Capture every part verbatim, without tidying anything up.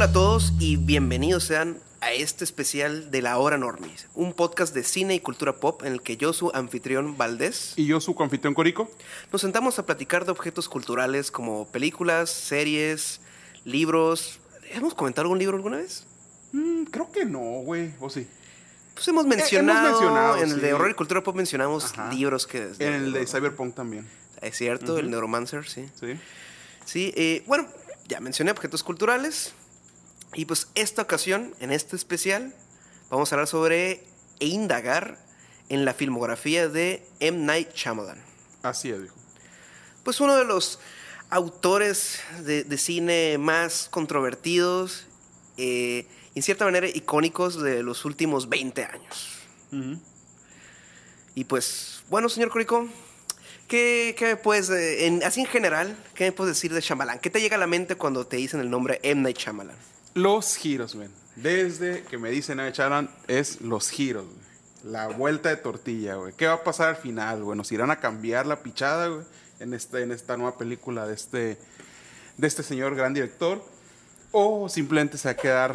Hola a todos y bienvenidos sean a este especial de La Hora Normis, un podcast de cine y cultura pop en el que yo, su anfitrión Valdés, y yo, su anfitrión Corico, nos sentamos a platicar de objetos culturales como películas, series, libros. ¿Hemos comentado algún libro alguna vez? Mm, creo que no, güey, o sí. Pues hemos mencionado, eh, hemos mencionado en el sí. de horror y cultura pop mencionamos Ajá. libros que... Desde en el de Cyberpunk también. Es cierto, uh-huh. el Neuromancer, sí. Sí. Sí, eh, bueno, ya mencioné objetos culturales. Y pues esta ocasión, en este especial, vamos a hablar sobre e indagar en la filmografía de M. Night Shyamalan. Así es, hijo. Pues uno de los autores de, de cine más controvertidos, eh, en cierta manera icónicos de los últimos veinte años. Uh-huh. Y pues, bueno, señor Corico, ¿qué, qué me puedes, eh, en, así en general, qué me puedes decir de Shyamalan? ¿Qué te llega a la mente cuando te dicen el nombre M. Night Shyamalan? Los giros, güey. Desde que me dicen M. Night Shyamalan es los giros, güey. La vuelta de tortilla, güey. ¿Qué va a pasar al final, güey? ¿Nos irán a cambiar la pichada, güey? En, este, en esta nueva película de este, de este señor gran director. O simplemente se va a quedar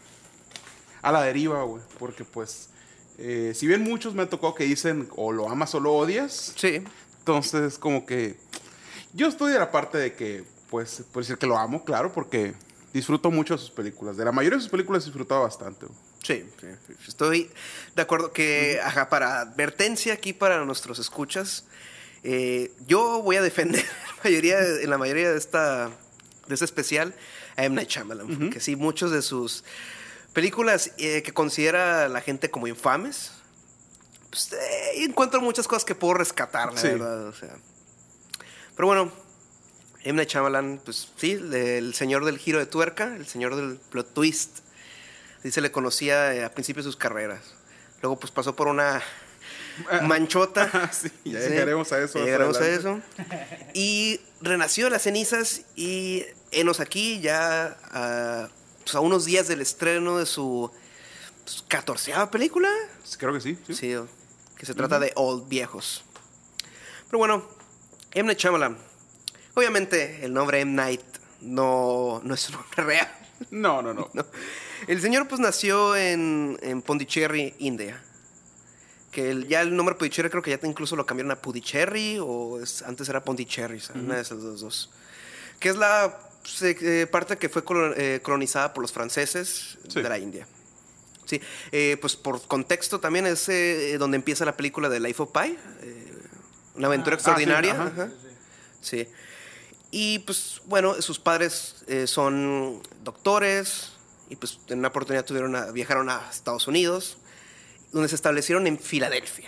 a la deriva, güey. Porque, pues, eh, si bien muchos me tocó que dicen o lo amas o lo odias. Sí. Entonces, como que yo estoy de la parte de que, pues, puedo decir que lo amo, claro, porque disfruto mucho de sus películas. De la mayoría de sus películas he disfrutado bastante. Sí, sí, estoy de acuerdo que, uh-huh. ajá, para advertencia aquí para nuestros escuchas, eh, yo voy a defender la mayoría, en la mayoría de esta de este especial a M. Night Shyamalan, uh-huh. porque sí, muchas de sus películas eh, que considera la gente como infames, pues, eh, encuentro muchas cosas que puedo rescatar, la sí. verdad, o sea. Pero bueno, M. Night Shyamalan, pues sí, el señor del giro de tuerca, el señor del plot twist. Así se le conocía a principios de sus carreras. Luego pues pasó por una manchota. sí, ya sí, llegaremos a eso. Ya llegaremos a eso. Y renació de las cenizas y enos aquí ya a, pues, a unos días del estreno de su pues, catorceava película. Creo que sí. Sí, sí que se trata uh-huh. de Old Viejos. Pero bueno, M. Night Shyamalan. Obviamente el nombre M. Night no, no es un nombre real. No, no, no, no. El señor pues nació en, en Pondicherry, India. Que el, ya el nombre Pondicherry creo que ya incluso lo cambiaron a Puducherry o es, antes era Pondicherry, ¿sabes? Uh-huh. Una de esas dos, dos. Que es la pues, eh, parte que fue colon, eh, colonizada por los franceses sí. de la India. Sí, eh, pues por contexto también es eh, donde empieza la película de Life of Pi. Eh, una aventura ah, extraordinaria. Ah, sí, ajá. Ajá. Sí. Y pues bueno, sus padres eh, son doctores y pues en una oportunidad tuvieron a, viajaron a Estados Unidos, donde se establecieron en Filadelfia.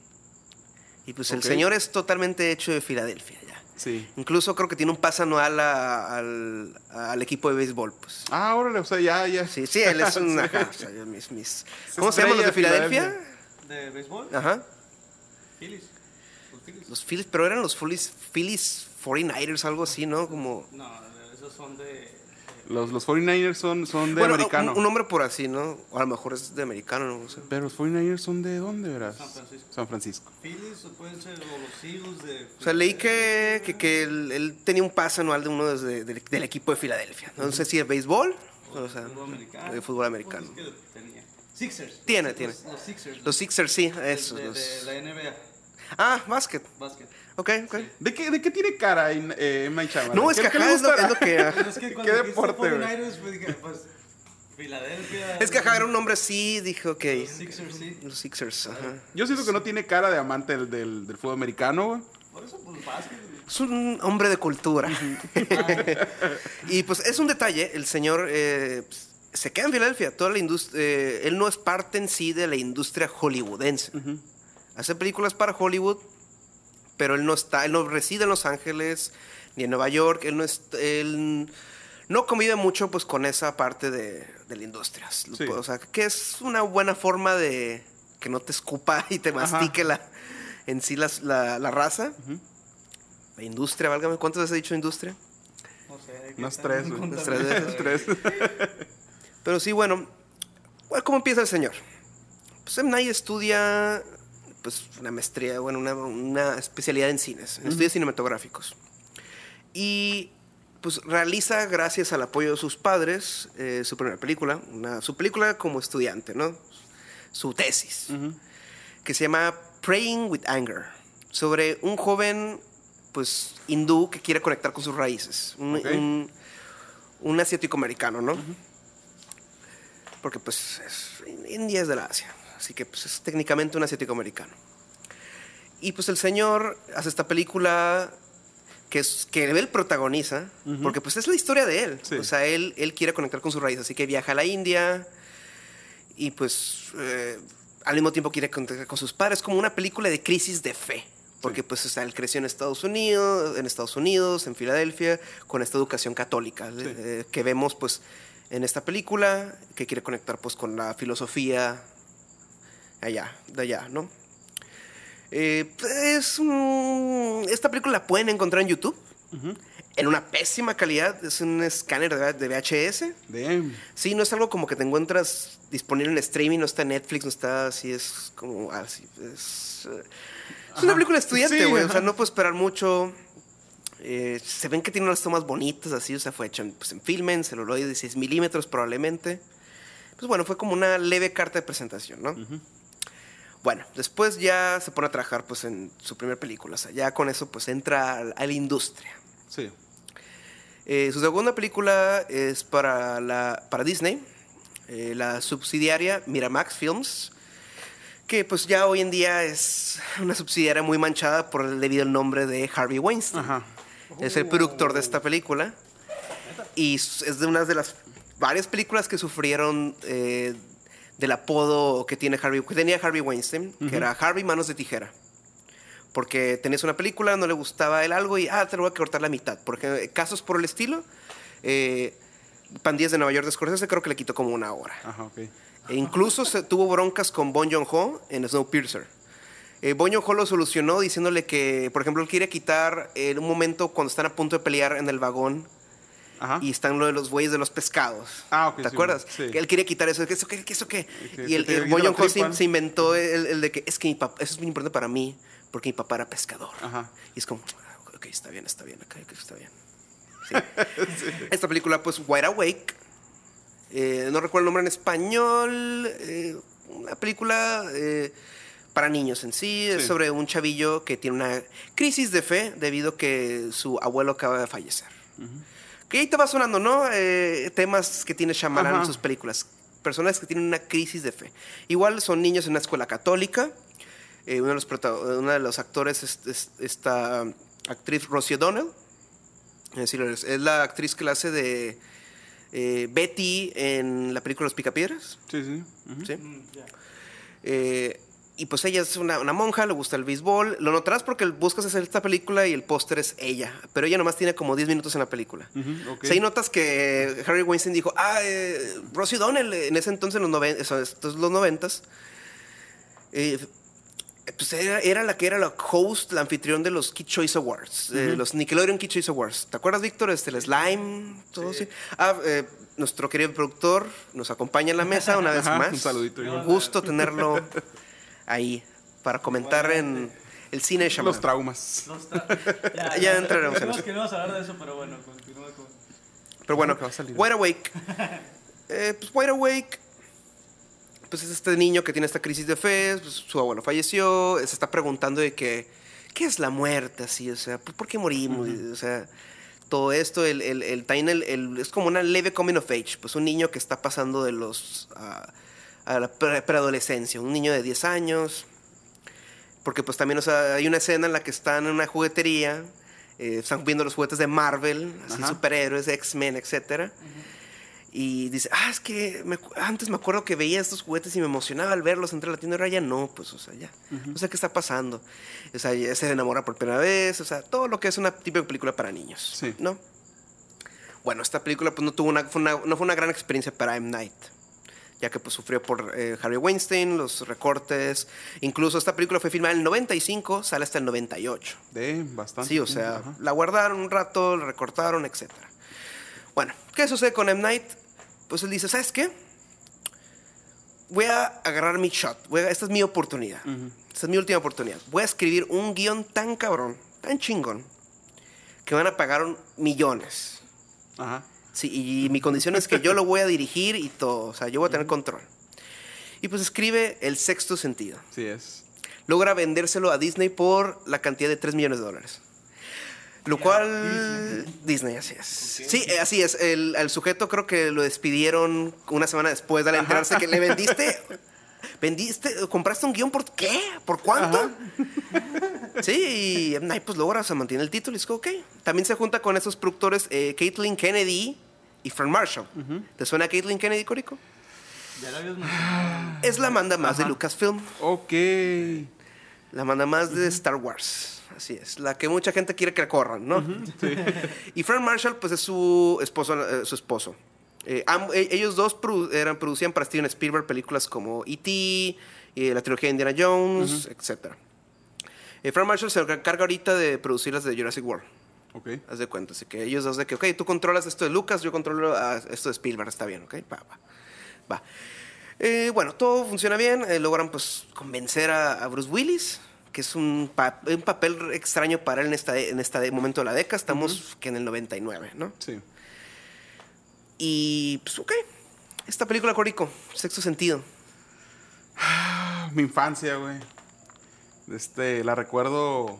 Y pues okay. el señor es totalmente hecho de Filadelfia ya. Sí. Incluso creo que tiene un pase anual a, al, al equipo de béisbol, pues. Ah, órale, o sea, ya, ya. Sí, sí, él es un... Ajá, o sea, mis, mis, ¿cómo se llaman los de Filadelfia? ¿De béisbol? Ajá. Phillies. Los Phillies. Los Phillies, pero eran los Phillies... Phillies cuarenta y nueve ers, algo así, ¿no? Como... No, esos son de... Los, los cuarenta y nueve ers son, son de bueno, americano. Un, un nombre por así, ¿no? O a lo mejor es de americano, no sé. Pero los cuarenta y nueve ers son de ¿dónde, verás? San Francisco. San Francisco. Phillies o pueden ser o los Eagles de... O sea, leí que, que, que él, él tenía un pase anual de uno desde, del, del equipo de Filadelfia. No sé si es béisbol o, o sea, fútbol americano. De fútbol americano. Pues es que tenía. Sixers. Tiene, los, tiene. Los Sixers. Los Sixers, sí, eso. De, los... de la N B A. Ah, básquet. Básquet. Ok, ok. Sí. ¿De, qué, ¿De qué tiene cara M. Eh, Night Shyamalan? No, es que acá es lo, es lo que... Pues es que cuando ¿Qué deporte, cuarenta y nueve ers, pues dije, pues... Filadelfia... Es que acá era un nombre así, dije, ok. Los Sixers, sí. Los Sixers, ajá. Yo siento que no tiene cara de amante del, del, del fútbol americano, güey. Por eso, pues, básquet. Es un hombre de cultura. Y pues es un detalle, el señor eh, se queda en Filadelfia, toda la industria, eh, él no es parte en sí de la industria hollywoodense. Uh-huh. Hace películas para Hollywood, pero él no está, él no reside en Los Ángeles ni en Nueva York, él no es, él no convive mucho pues con esa parte de, de la industria. Sí. O sea, que es una buena forma de que no te escupa y te mastique la, en sí la, la, la raza. Uh-huh. La industria, válgame, ¿cuántas veces he dicho industria? No sé. Unas tres, Unas tres veces. tres. Pero sí, bueno, ¿cómo empieza el señor? Pues M. Night estudia pues una maestría, bueno, una, una especialidad en cines, en uh-huh. estudios cinematográficos. Y pues realiza, gracias al apoyo de sus padres, eh, su primera película, una, su película como estudiante, ¿no? Su tesis, Ujú. que se llama Praying with Anger, sobre un joven, pues, hindú que quiere conectar con sus raíces, un, Ok. un, un asiático americano, ¿no? Uh-huh. Porque, pues, es, India es de la Asia, así que, pues, es técnicamente un asiático americano. Y, pues, el señor hace esta película que, es, que él protagoniza, uh-huh. porque, pues, es la historia de él. Sí. O sea, él, él quiere conectar con sus raíces, así que viaja a la India y, pues, eh, al mismo tiempo quiere conectar con sus padres, como una película de crisis de fe. Porque, sí. pues, o sea, él creció en Estados Unidos, en Estados Unidos, en Filadelfia, con esta educación católica, sí. eh, que vemos, pues, en esta película, que quiere conectar, pues, con la filosofía allá, de allá, ¿no? Eh, es un... Esta película la pueden encontrar en YouTube, uh-huh. en una pésima calidad, es un escáner de V H S. Damn. Sí, no es algo como que te encuentras disponible en streaming, no está en Netflix, no está así, es como así, es... Es una película de estudiante, güey. Sí, o sea, no puedo esperar mucho. Eh, se ven que tiene unas tomas bonitas, así. O sea, fue hecho en, pues, en film, en celuloide de seis milímetros, probablemente. Pues bueno, fue como una leve carta de presentación, ¿no? Uh-huh. Bueno, después ya se pone a trabajar, pues, en su primera película. O sea, ya con eso, pues, entra a, a la industria. Sí. Eh, su segunda película es para, la, para Disney, eh, la subsidiaria Miramax Films, que pues ya hoy en día es una subsidiaria muy manchada por el debido al nombre de Harvey Weinstein. Ajá. Es el productor de esta película y es de una de las varias películas que sufrieron eh, del apodo que tiene Harvey, que tenía Harvey Weinstein, uh-huh. que era Harvey Manos de Tijera. Porque tenías una película, no le gustaba él algo y ah, te lo voy a cortar la mitad. Porque casos por el estilo, eh, Pandillas de Nueva York de Scorsese creo que le quitó como una hora. Ajá, ok. E incluso se tuvo broncas con Bong Joon-ho en Snowpiercer. Eh, Bong Joon-ho lo solucionó diciéndole que, por ejemplo, él quiere quitar en un momento cuando están a punto de pelear en el vagón. Ajá. Y están lo de los bueyes de los pescados. Ah, ok. ¿Te sí, acuerdas? Sí. Que él quería quitar eso. ¿Qué eso qué? ¿Qué eso qué? Que, y el, el Bong Joon-ho se, se inventó el, el de que es que mi papá, eso es muy importante para mí porque mi papá era pescador. Ajá. Y es como, ok, está bien, está bien, okay, está bien. Sí. Sí. Esta película, pues, Wide Awake. Eh, no recuerdo el nombre en español. Eh, una película eh, para niños en sí. Sí. Es sobre un chavillo que tiene una crisis de fe debido a que su abuelo acaba de fallecer. Uh-huh. Que ahí te va sonando, ¿no? Eh, temas que tiene Shyamalan en sus películas. Personas que tienen una crisis de fe. Igual son niños en una escuela católica. Eh, uno, de los protagon- uno de los actores es, es esta actriz Rosie O'Donnell. Es decir, es la actriz que la hace de... Eh, Betty en la película Los Picapiedras. Sí, sí. Uh-huh. ¿Sí? Mm, yeah. eh, y pues ella es una, una monja, le gusta el béisbol. Lo notarás porque buscas hacer esta película y el póster es ella. Pero ella nomás tiene como diez minutos en la película. Uh-huh, okay. O sea, ahí notas que Harvey Weinstein dijo, ah, eh, Rosie O'Donnell, en ese entonces, en los noventas, eso, estos los noventas, eh, pues era, era la que era la host, la anfitrión de los Kid Choice Awards, uh-huh. eh, los Nickelodeon Kid Choice Awards. ¿Te acuerdas, Víctor? Este, el Slime, todo sí. Así. Ah, eh, nuestro querido productor nos acompaña en la mesa una vez Ajá, más. Un saludito. Un gusto tenerlo ahí para comentar en el cine de Shyamalan. Los traumas. Los tra- ya, ya, ya entraremos en eso. Que no vamos a hablar de eso, pero bueno, continúa con... Pero bueno, Wide Awake. eh, pues Wide Awake... Pues es este niño que tiene esta crisis de fe, pues su abuelo falleció, se está preguntando de que, ¿qué es la muerte? Así, o sea, ¿por qué morimos? Uh-huh. O sea, todo esto, el, el, el, el, el, es como una leve coming of age, pues un niño que está pasando de los, a, a la pre- preadolescencia, un niño de diez años, porque pues también, o sea, hay una escena en la que están en una juguetería, eh, están viendo los juguetes de Marvel, así, uh-huh. superhéroes, X-Men, etcétera. Uh-huh. Y dice, ah, es que me, antes me acuerdo que veía estos juguetes y me emocionaba al verlos entre la tienda, ahora ya no, pues, o sea, ya. Uh-huh. O sea, ¿qué está pasando? O sea, ya se enamora por primera vez, o sea, todo lo que es una típica película para niños, sí. ¿no? Bueno, esta película pues no tuvo una, fue una, no fue una gran experiencia para M. Night, ya que pues sufrió por eh, Harvey Weinstein, los recortes. Incluso esta película fue filmada en el noventa y cinco, sale hasta el noventa y ocho. De bastante. Sí, o sea, Ajá. la guardaron un rato, la recortaron, etcétera. Bueno, ¿qué sucede con M. Night? Pues él dice, ¿sabes qué? Voy a agarrar mi shot. Voy a, esta es mi oportunidad. Uh-huh. Esta es mi última oportunidad. Voy a escribir un guión tan cabrón, tan chingón, que van a pagar millones. Ajá. Sí, y mi condición es que yo lo voy a dirigir y todo. O sea, yo voy a tener control. Y pues escribe El Sexto Sentido. Sí es. Logra vendérselo a Disney por la cantidad de tres millones de dólares. Lo Ya, cual... Disney. Disney, así es. Ok. Sí, eh, así es. El, al sujeto creo que lo despidieron una semana después de enterarse que le vendiste... ¿Vendiste? ¿Compraste un guión por qué? ¿Por cuánto? Ajá. Sí, y ay, pues logra, se mantiene el título y es que ok. También se junta con esos productores eh, Caitlin Kennedy y Frank Marshall. ¿Te suena Caitlin Kennedy, Corico? Ya lo habías mencionado. Es la manda más Ajá. de Lucasfilm. Ok. La manda más de Star Wars. Así es. La que mucha gente quiere que la corran, ¿no? Y Frank Marshall, pues es su esposo. eh, su esposo. Eh, amb- eh, ellos dos produ- eran, producían para Steven Spielberg películas como E T, eh, la trilogía de Indiana Jones, etcétera. Eh, Frank Marshall se encarga ahorita de producir las de Jurassic World. Ok. Haz de cuenta. Así que ellos dos de que, ok, tú controlas esto de Lucas, yo controlo ah, esto de Spielberg, está bien, ok, va, va. va. Eh, bueno, todo funciona bien. Eh, logran pues convencer a, a Bruce Willis, que es un, pa- un papel extraño para él en este en esta de- momento de la década. Estamos que en el noventa y nueve, ¿no? Sí. Y pues, ok. Esta película, Corico, Sexto Sentido. Mi infancia, güey. Este, la recuerdo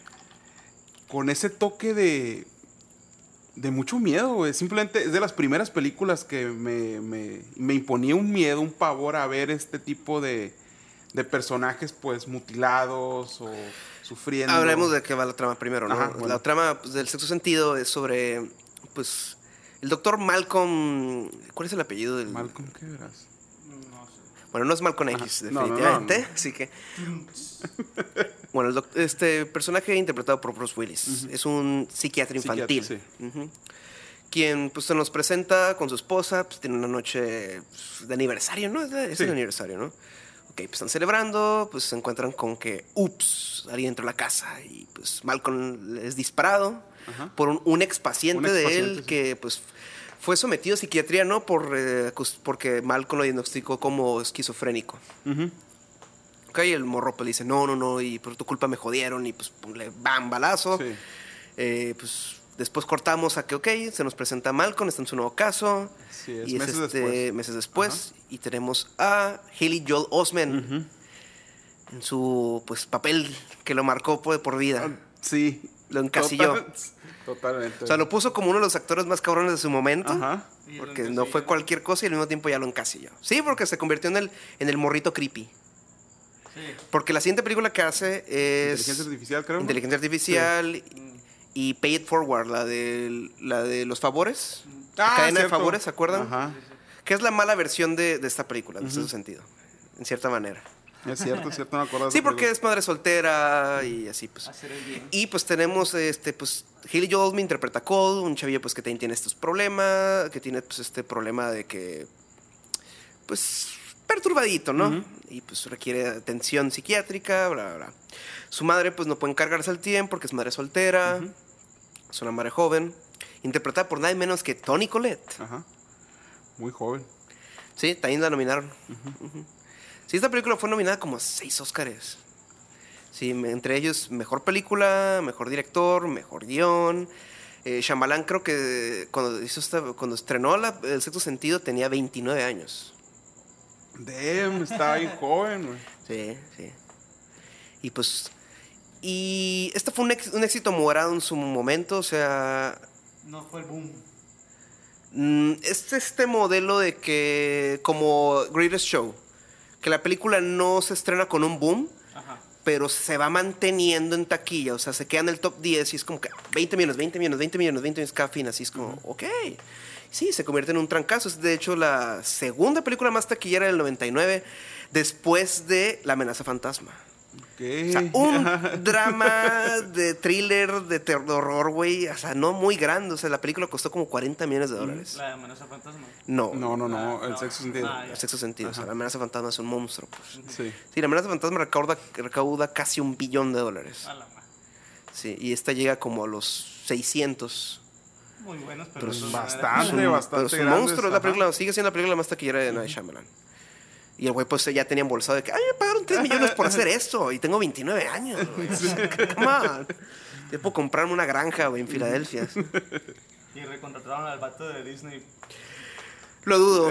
con ese toque de de mucho miedo, güey. Simplemente es de las primeras películas que me, me, me imponía un miedo, un pavor a ver este tipo de, de personajes, pues, mutilados o sufriendo. Hablemos de qué va la trama primero, ¿no? Ajá, bueno. La trama pues, del Sexto Sentido es sobre, pues, el doctor Malcolm... ¿Cuál es el apellido del...? Malcolm, ¿qué verás? No sé. Bueno, no es Malcolm X, Ajá. No, no, definitivamente. no, no. Así que... Bueno, el doc- este personaje interpretado por Bruce Willis es un psiquiatra infantil. Psiquiatra, Ujú. Quien pues se nos presenta con su esposa, pues tiene una noche pues, de aniversario, ¿no? Es, de- es Sí. el aniversario, ¿no? Ok, pues están celebrando, pues se encuentran con que, ups, alguien entró a la casa y pues Malcolm es disparado Ajá. por un, un ex paciente Un de expaciente, él sí. que pues fue sometido a psiquiatría, ¿no? Por, eh, acus- porque Malcolm lo diagnosticó como esquizofrénico. Ujú. Ok, y el morro pues le dice, no, no, no, y por tu culpa me jodieron, y pues le bam, balazo. Sí. Eh, pues después cortamos a que, ok, se nos presenta Malcolm, está en su nuevo caso. Sí, es y es meses este, después. meses después. Y tenemos a Haley Joel Osment Ujú. en su pues papel que lo marcó por, por vida. Ah, sí. Lo encasilló. Total- totalmente. O sea, lo puso como uno de los actores más cabrones de su momento. Ajá. Y lo Porque no encasilló. fue cualquier cosa y al mismo tiempo ya lo encasilló. Sí, porque se convirtió en el, en el morrito creepy. Sí. Porque la siguiente película que hace es... Inteligencia artificial, creo. ¿no? Inteligencia Artificial Mm. y Pay It Forward, la de, la de los favores. Ah, Cadena de cierto. favores, ¿se acuerdan? Ajá. Que es la mala versión de, de esta película, en ese sentido. En cierta manera. Es cierto, es cierto, no me acuerdo. de Sí, esa porque película. es madre soltera y así, pues. Hacer el bien. Y pues tenemos, este, pues, Haley Joel Osment interpreta a Cole, un chavillo pues que también tiene estos problemas, que tiene pues este problema de que, pues, perturbadito, ¿no? Ujú. Y pues requiere atención psiquiátrica, bla, bla, bla. Su madre pues no puede encargarse al tiempo porque es madre soltera, es una madre joven, interpretada por nadie menos que Toni Collette. Ajá. Muy joven. Sí, también la nominaron. Ujú. Sí, esta película fue nominada como a seis Óscares. Sí, me- entre ellos mejor película, mejor director, mejor guión. Eh, Shyamalan creo que cuando hizo esta, cuando estrenó la- El Sexto Sentido tenía veintinueve años. Damn, estaba bien joven, güey. Sí, sí. Y pues y este fue un, ex- un éxito morado en su momento, o sea, No fue el boom. mm, es este modelo de que como Greatest Show, que la película no se estrena con un boom, Ajá. pero se va manteniendo en taquilla, o sea, se queda en el top diez y es como que veinte millones, veinte millones, veinte millones, veinte millones cada fin, así es como, ok. Sí, se convierte en un trancazo. Es de hecho la segunda película más taquillera del noventa y nueve después de La Amenaza Fantasma. Ok. O sea, un drama de thriller, de terror, güey, o sea, no muy grande. O sea, la película costó como cuarenta millones de dólares. La amenaza fantasma. No, No, no, no, Ah, el no. sexo sentido. Ah, en sexto sentido. O sea, La Amenaza Fantasma es un monstruo, pues. Sí. Sí, La Amenaza Fantasma recauda, recauda casi un billón de dólares. A la ma- Sí, y esta llega como a los seiscientos. Muy buenos, pero, Pero es esos bastante, eran- bastante. Pero es un grandes, monstruo, es la ajá. película, sigue siendo la película más taquillera de Night Shyamalan. Y el güey pues ya tenía embolsado de que, ay, me pagaron tres millones por hacer esto y tengo veintinueve años, güey. Come on. Yo puedo comprarme una granja, güey, en Filadelfia. Y recontrataron al vato de Disney. Lo dudo.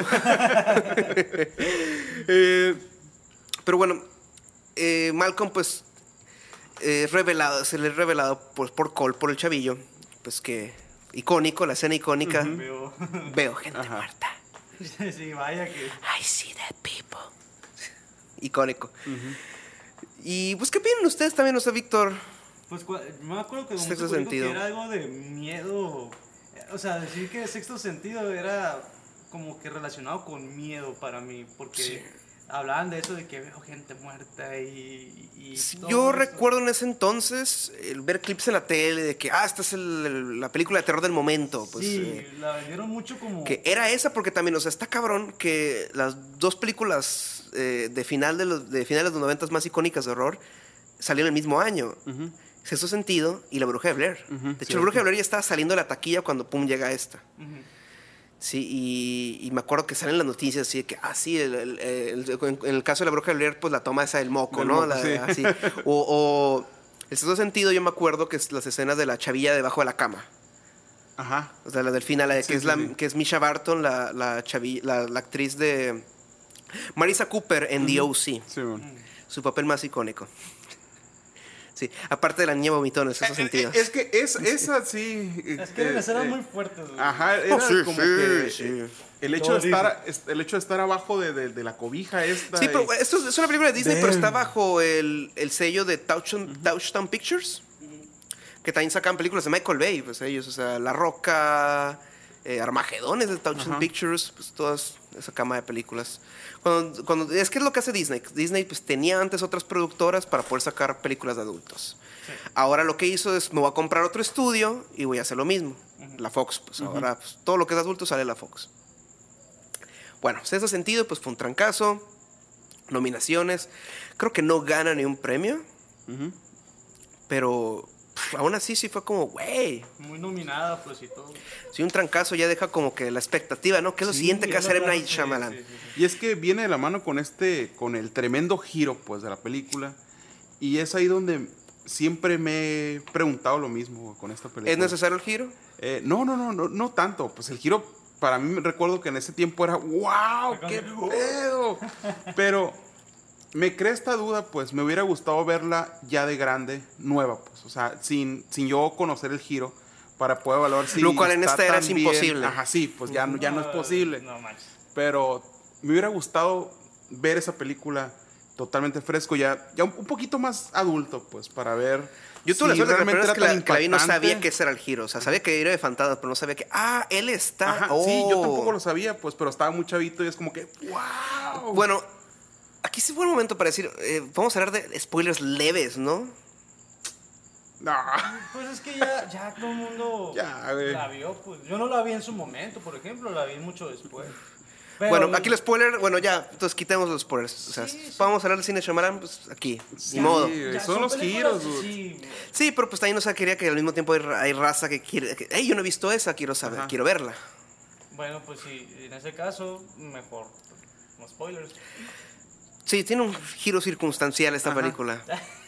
Eh, pero bueno, eh, Malcolm, pues, eh, revelado, se le ha revelado pues, por Cole, por el chavillo, pues que icónico, la escena icónica. Uh-huh. Veo. Veo gente Ajá. muerta. Sí, vaya que. I see dead people. Icónico. Uh-huh. Y pues, ¿qué opinan ustedes también, o sea, Víctor? Pues me acuerdo que Sexto un sentido. que era algo de miedo. O sea, decir que sexto sentido era como que relacionado con miedo para mí, porque Sí. hablaban de eso de que veo gente muerta y... y Sí, todo yo eso. recuerdo en ese entonces el ver clips en la tele de que, ah, esta es el- el- la película de terror del momento. Pues, sí, eh, la vendieron mucho como... que era esa porque también, o sea, está cabrón que las dos películas eh, de, final de, los, de finales de los noventas más icónicas de horror salieron el mismo año. Ujú. Sexto Sentido y La Bruja de Blair. Ujú, de hecho, cierto. La Bruja de Blair ya estaba saliendo de la taquilla cuando pum llega esta. Ujú. Sí, y, y me acuerdo que salen las noticias así de que, ah, sí, el- el- el- en, en el caso de La Bruja de Blair, pues la toma esa del moco, Del ¿no? moco, La- sí. así. O, o el Sexto Sentido, yo me acuerdo que es las escenas de la chavilla debajo de la cama. Ajá. O sea, la del final, la de Sí, que, es sí, la, sí. que es Misha Barton, la, la, chavi- la, la actriz de Marisa Cooper en The O C. Sí, bueno. Su papel más icónico. Sí, aparte de la niña vomitó en el Sexto Sentido. Es que es, esa sí. Es que eran eh, escenas eh, muy fuertes, güey. Ajá, era Oh, sí, como sí, que sí. eh, el hecho Todo de estar es- el hecho de estar abajo de, de, de la cobija esta. Sí, y- pero esto es es una película de Disney, Damn. pero está bajo el, el sello de Touchstone, Touchstone Pictures, que también sacan películas de Michael Bay, pues ellos, o sea, La Roca, eh, Armagedón es de Touchstone Ajá. Pictures, pues todas esa cama de películas. Cuando, cuando, es que es lo que hace Disney. Disney pues tenía antes otras productoras para poder sacar películas de adultos. Sí. Ahora lo que hizo es, me voy a comprar otro estudio y voy a hacer lo mismo. La Fox, pues ahora pues, todo lo que es adulto sale la Fox. Bueno, en ese sentido, pues fue un trancazo. Nominaciones. Creo que no gana ni un premio, Ujú. pero pff, aún así sí fue como, güey. Muy nominada, pues, y todo. Si un trancazo ya deja como que la expectativa, ¿no? ¿Qué es lo Sí, siguiente que Es hacer lo M. que- Night sí, Shyamalan? sí, sí, sí. Y es que viene de la mano con este, con el tremendo giro, pues, de la película. Y es ahí donde siempre me he preguntado lo mismo con esta película. ¿Es necesario el giro? Eh, no, no, no, no, no tanto. Pues el giro, para mí, recuerdo que en ese tiempo era, wow, qué pedo. Pero me crea esta duda, pues, me hubiera gustado verla ya de grande, nueva, pues. O sea, sin, sin yo conocer el giro, para poder evaluar si Lo cual en está esta era tan es bien. imposible. Ajá, sí, pues ya, no- ya no es posible. No manches. Pero me hubiera gustado ver esa película totalmente fresco, ya, ya un, un poquito más adulto, pues, para ver. Yo tuve si la suerte que la realmente primera vez era que la, tan que la vi no impactante. sabía que ese era el giro. O sea, sabía que era de fantasma, pero no sabía que, ah, él está. Ajá, oh. sí, yo tampoco lo sabía, pues, pero estaba muy chavito y es como que, wow. Bueno, aquí sí fue el momento para decir, eh, vamos a hablar de spoilers leves, ¿no? No. Pues es que ya, ya todo el mundo Ya, güey. la vio, pues. Yo no la vi en su momento, por ejemplo, la vi mucho después. Pero- Bueno, aquí los spoilers, bueno, ya, entonces quitemos los spoilers. O sea, Sí, sí. vamos a hablar del cine de Shyamalan, pues aquí, Sí, ni modo. güey, ya son los películas, giros, güey. sí, Sí, pero pues también, o sea, quería que al mismo tiempo hay, ra- hay raza que quiere, que, hey, yo no he visto esa, quiero saber, Ajá. quiero verla. bueno, pues sí, en ese caso, mejor. No spoilers. Sí, tiene un giro circunstancial esta Ajá. película.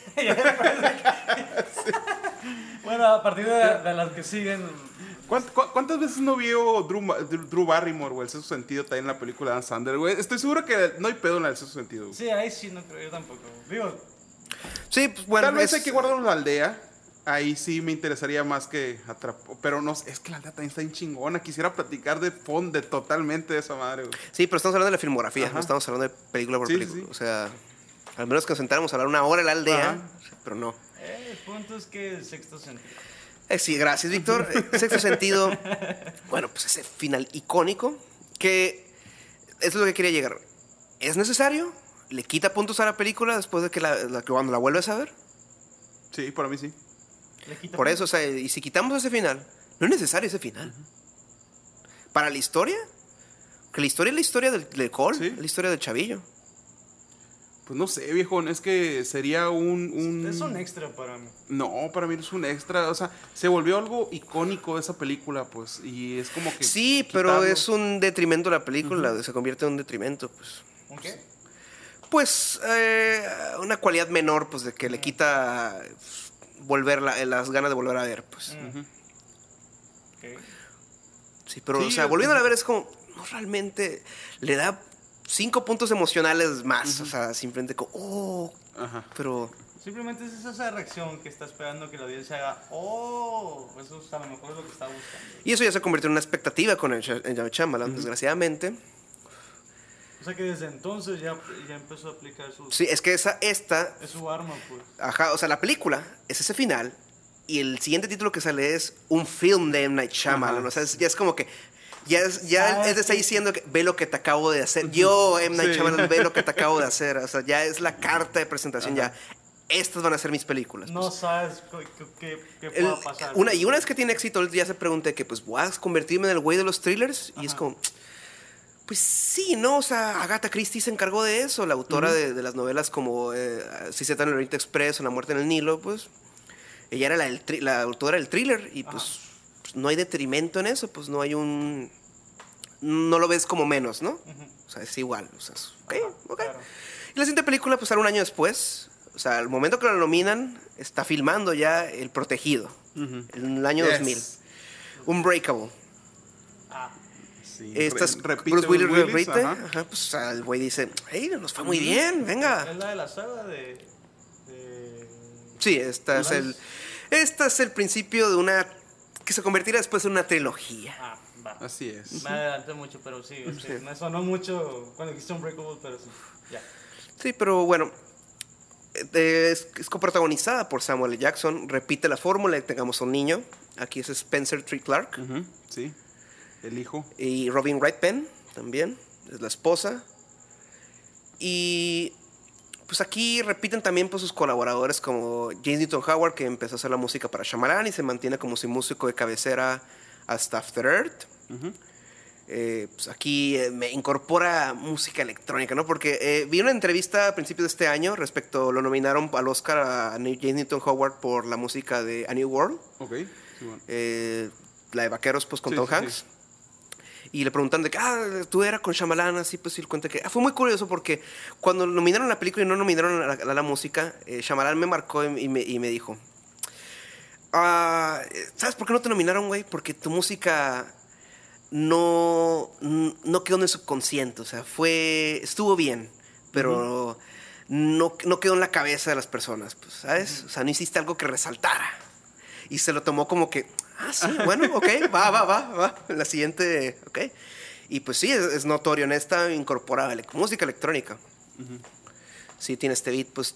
Bueno, a partir de, de las que siguen. ¿Cuánt- cu- ¿Cuántas veces no vio Drew, Ma- Drew Drew Barrymore, güey, el sexto sentido también en la película de Dan Sandler, güey? Estoy seguro que no hay pedo en el sexto sentido, güey. Sí, ahí sí, no creo, yo tampoco. Digo, Sí, pues bueno. Tal vez es- hay que guardarlo en la aldea. Ahí sí me interesaría más que atrapó. Pero no sé, es que la aldea también está bien chingona. Quisiera platicar de fondo, de totalmente de esa madre, güey. Sí, pero estamos hablando de la filmografía, Ajá. no estamos hablando de película por Sí, sí, película. sí. O sea, al menos que nos sentáramos a hablar una hora en la aldea, Ajá. pero no. eh, el punto es que el sexto sentido. Eh, sí, gracias, Víctor. Eh, Sexto Sentido, bueno, pues ese final icónico, que eso es lo que quería llegar. ¿Es necesario? ¿Le quita puntos a la película después de que la, la- que cuando la vuelves a ver? Sí, para mí sí. Le quita Por puntos. eso, o sea, y si quitamos ese final, no es necesario ese final. Para la historia, que la historia es la historia del, del Cole, Sí. la historia del chavillo. Pues no sé, viejo, es que sería un, un... Es un extra para mí. No, para mí es un extra. O sea, se volvió algo icónico de esa película, pues. Y es como que. Sí, pero quitarlo. es un detrimento de la película, se convierte en un detrimento, pues. ¿Un qué? Pues eh, una cualidad menor, pues de que le quita pues, volver la- las ganas de volver a ver, pues. Mm. Ujú. Ok. Sí, pero, Sí, o sea, es- volviendo a ver, es como, no realmente le da cinco puntos emocionales más. Uh-huh. O sea, simplemente como, oh, Ajá. pero... Simplemente es esa reacción que está esperando que la audiencia haga, oh, eso a lo mejor es lo que está buscando. Y eso ya se convirtió en una expectativa con el Shyamalan, uh-huh. desgraciadamente. O sea que desde entonces ya, ya empezó a aplicar su... Sí, es que esa, esta... Es su arma, pues. Ajá, o sea, la película es ese final y el siguiente título que sale es un film de M. Night Shyamalan. Ajá. O sea, es, ya es como que... Ya, es, ya él te está diciendo que ve lo que te acabo de hacer. Yo, M. Night sí. Shyamalan, ve lo que te acabo de hacer. O sea, ya es la carta de presentación. Ajá. Ya, estas van a ser mis películas. No pues. sabes qué, qué pueda el, pasar. Una, y una vez que tiene éxito, él ya se pregunta que, pues, ¿voy a convertirme en el güey de los thrillers? Ajá. Y es como... Pues sí, ¿no? O sea, Agatha Christie se encargó de eso, la autora uh-huh. de, de las novelas como eh, Si se trata en el Oriente Express o La muerte en el Nilo, pues ella era la, el, la autora del thriller y pues, pues no hay detrimento en eso, pues no hay un... No lo ves como menos, ¿no? Uh-huh. O sea, es igual, o sea, es, ok, ok. Claro. Y la siguiente película, pues sale un año después, o sea, al momento que la nominan, está filmando ya El Protegido, uh-huh. en el año yes. dos mil. Unbreakable. Ah. Sí, Estas re, repite Bruce Willis, Willis repite, ajá. Ajá, pues el güey dice, hey, nos fue muy mm. bien, venga. Es la de la saga de... de... Sí, esta es, el, esta es el principio de una... que se convertirá después en una trilogía. Ah, va. Así es. Me adelanté mucho, pero sí, es que sí. Me sonó mucho cuando dijiste Unbreakable, pero sí, ya. Sí, pero bueno, es, es coprotagonizada por Samuel L. Jackson, repite la fórmula y tengamos un niño. Aquí es Spencer Treat Clark. Uh-huh, sí. El hijo. Y Robin Wright Penn también, es la esposa. Y pues aquí repiten también pues, sus colaboradores como James Newton Howard, que empezó a hacer la música para Shyamalan y se mantiene como su músico de cabecera hasta After Earth. Uh-huh. Eh, pues aquí eh, me incorpora música electrónica, ¿no? Porque eh, vi una entrevista a principios de este año respecto, lo nominaron al Oscar a James Newton Howard por la música de A New World. Ok, sí, bueno. eh, la de Vaqueros pues con sí, Tom sí, Hanks. Sí. Y le preguntan de que, ah, tú eras con Shyamalan, así pues, y él cuenta que... Ah, fue muy curioso porque cuando nominaron la película y no nominaron a la, a la música, eh, Shyamalan me marcó y, y, me, y me dijo, ah, ¿sabes por qué no te nominaron, güey? Porque tu música no, no quedó en el subconsciente, o sea, fue... Estuvo bien, pero uh-huh. no, no quedó en la cabeza de las personas, pues, ¿sabes? Uh-huh. O sea, no hiciste algo que resaltara. Y se lo tomó como que... Ah, sí, bueno, ok, va, va, va, va. La siguiente, ok. Y pues sí, es, es notorio en esta incorporada música electrónica. Uh-huh. Sí, tiene este beat, pues...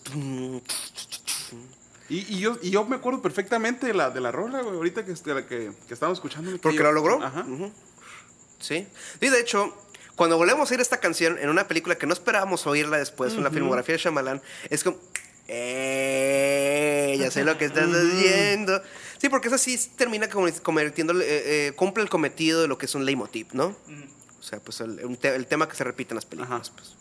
Y, y, yo, y yo me acuerdo perfectamente de la, de la rola, güey, ahorita que, que, que estábamos escuchando. ¿Porque yo, lo logró? Ajá. Uh-huh. Sí. Y de hecho, cuando volvemos a oír esta canción en una película que no esperábamos oírla después, uh-huh. en la filmografía de Shyamalan, es como... Eh, ya sé lo que estás haciendo. Sí, porque eso sí termina convirtiendo, eh, eh, cumple el cometido de lo que es un leitmotiv, ¿no? Mm. O sea, pues el, un te- el tema que se repite en las películas. Pues.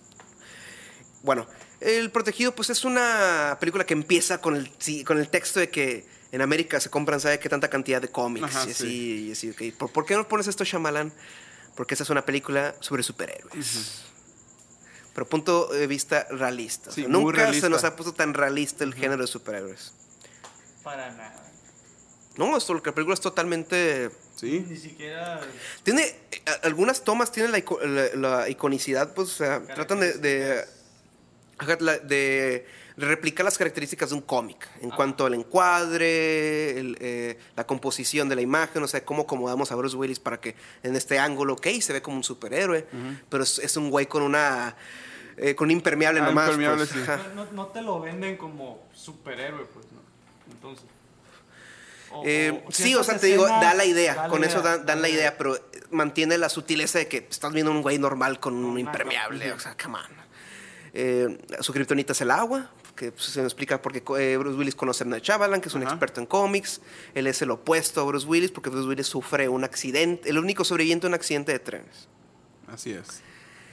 Bueno, El Protegido, pues es una película que empieza con el, sí, con el texto de que en América se compran, ¿sabe qué tanta cantidad de cómics? Ajá, y así, sí. y así okay. ¿Por, ¿Por qué no pones esto, Shyamalan? Porque esa es una película sobre superhéroes. Uh-huh. Pero punto de vista realista. Sí, o sea, nunca realista. se nos ha puesto tan realista el uh-huh. género de superhéroes. Para nada. No, esto, la película es totalmente... Sí. Ni siquiera... Tiene... Eh, algunas tomas tienen la, ico, la, la iconicidad, pues, o sea, tratan de... de, de, de replicar las características de un cómic. En ah. cuanto al encuadre, el, eh, la composición de la imagen, o sea, cómo acomodamos a Bruce Willis para que en este ángulo, ok, se ve como un superhéroe, uh-huh. pero es, es un güey con una... Eh, con un impermeable ah, nomás. Impermeable, pues, sí. no, no te lo venden como superhéroe, pues, ¿no? Entonces... O, eh, o sí, o sea, te digo, da la idea, da la con idea, eso dan, dan la idea, idea, pero mantiene la sutileza de que estás viendo un güey normal con un impermeable, o sea, come on. Eh, su kriptonita es el agua, que pues, se nos explica por qué eh, Bruce Willis conoce a Night Shyamalan, que es un Ajá. experto en cómics. Él es el opuesto a Bruce Willis, porque Bruce Willis sufre un accidente, el único sobreviviente de un accidente de trenes. Así es.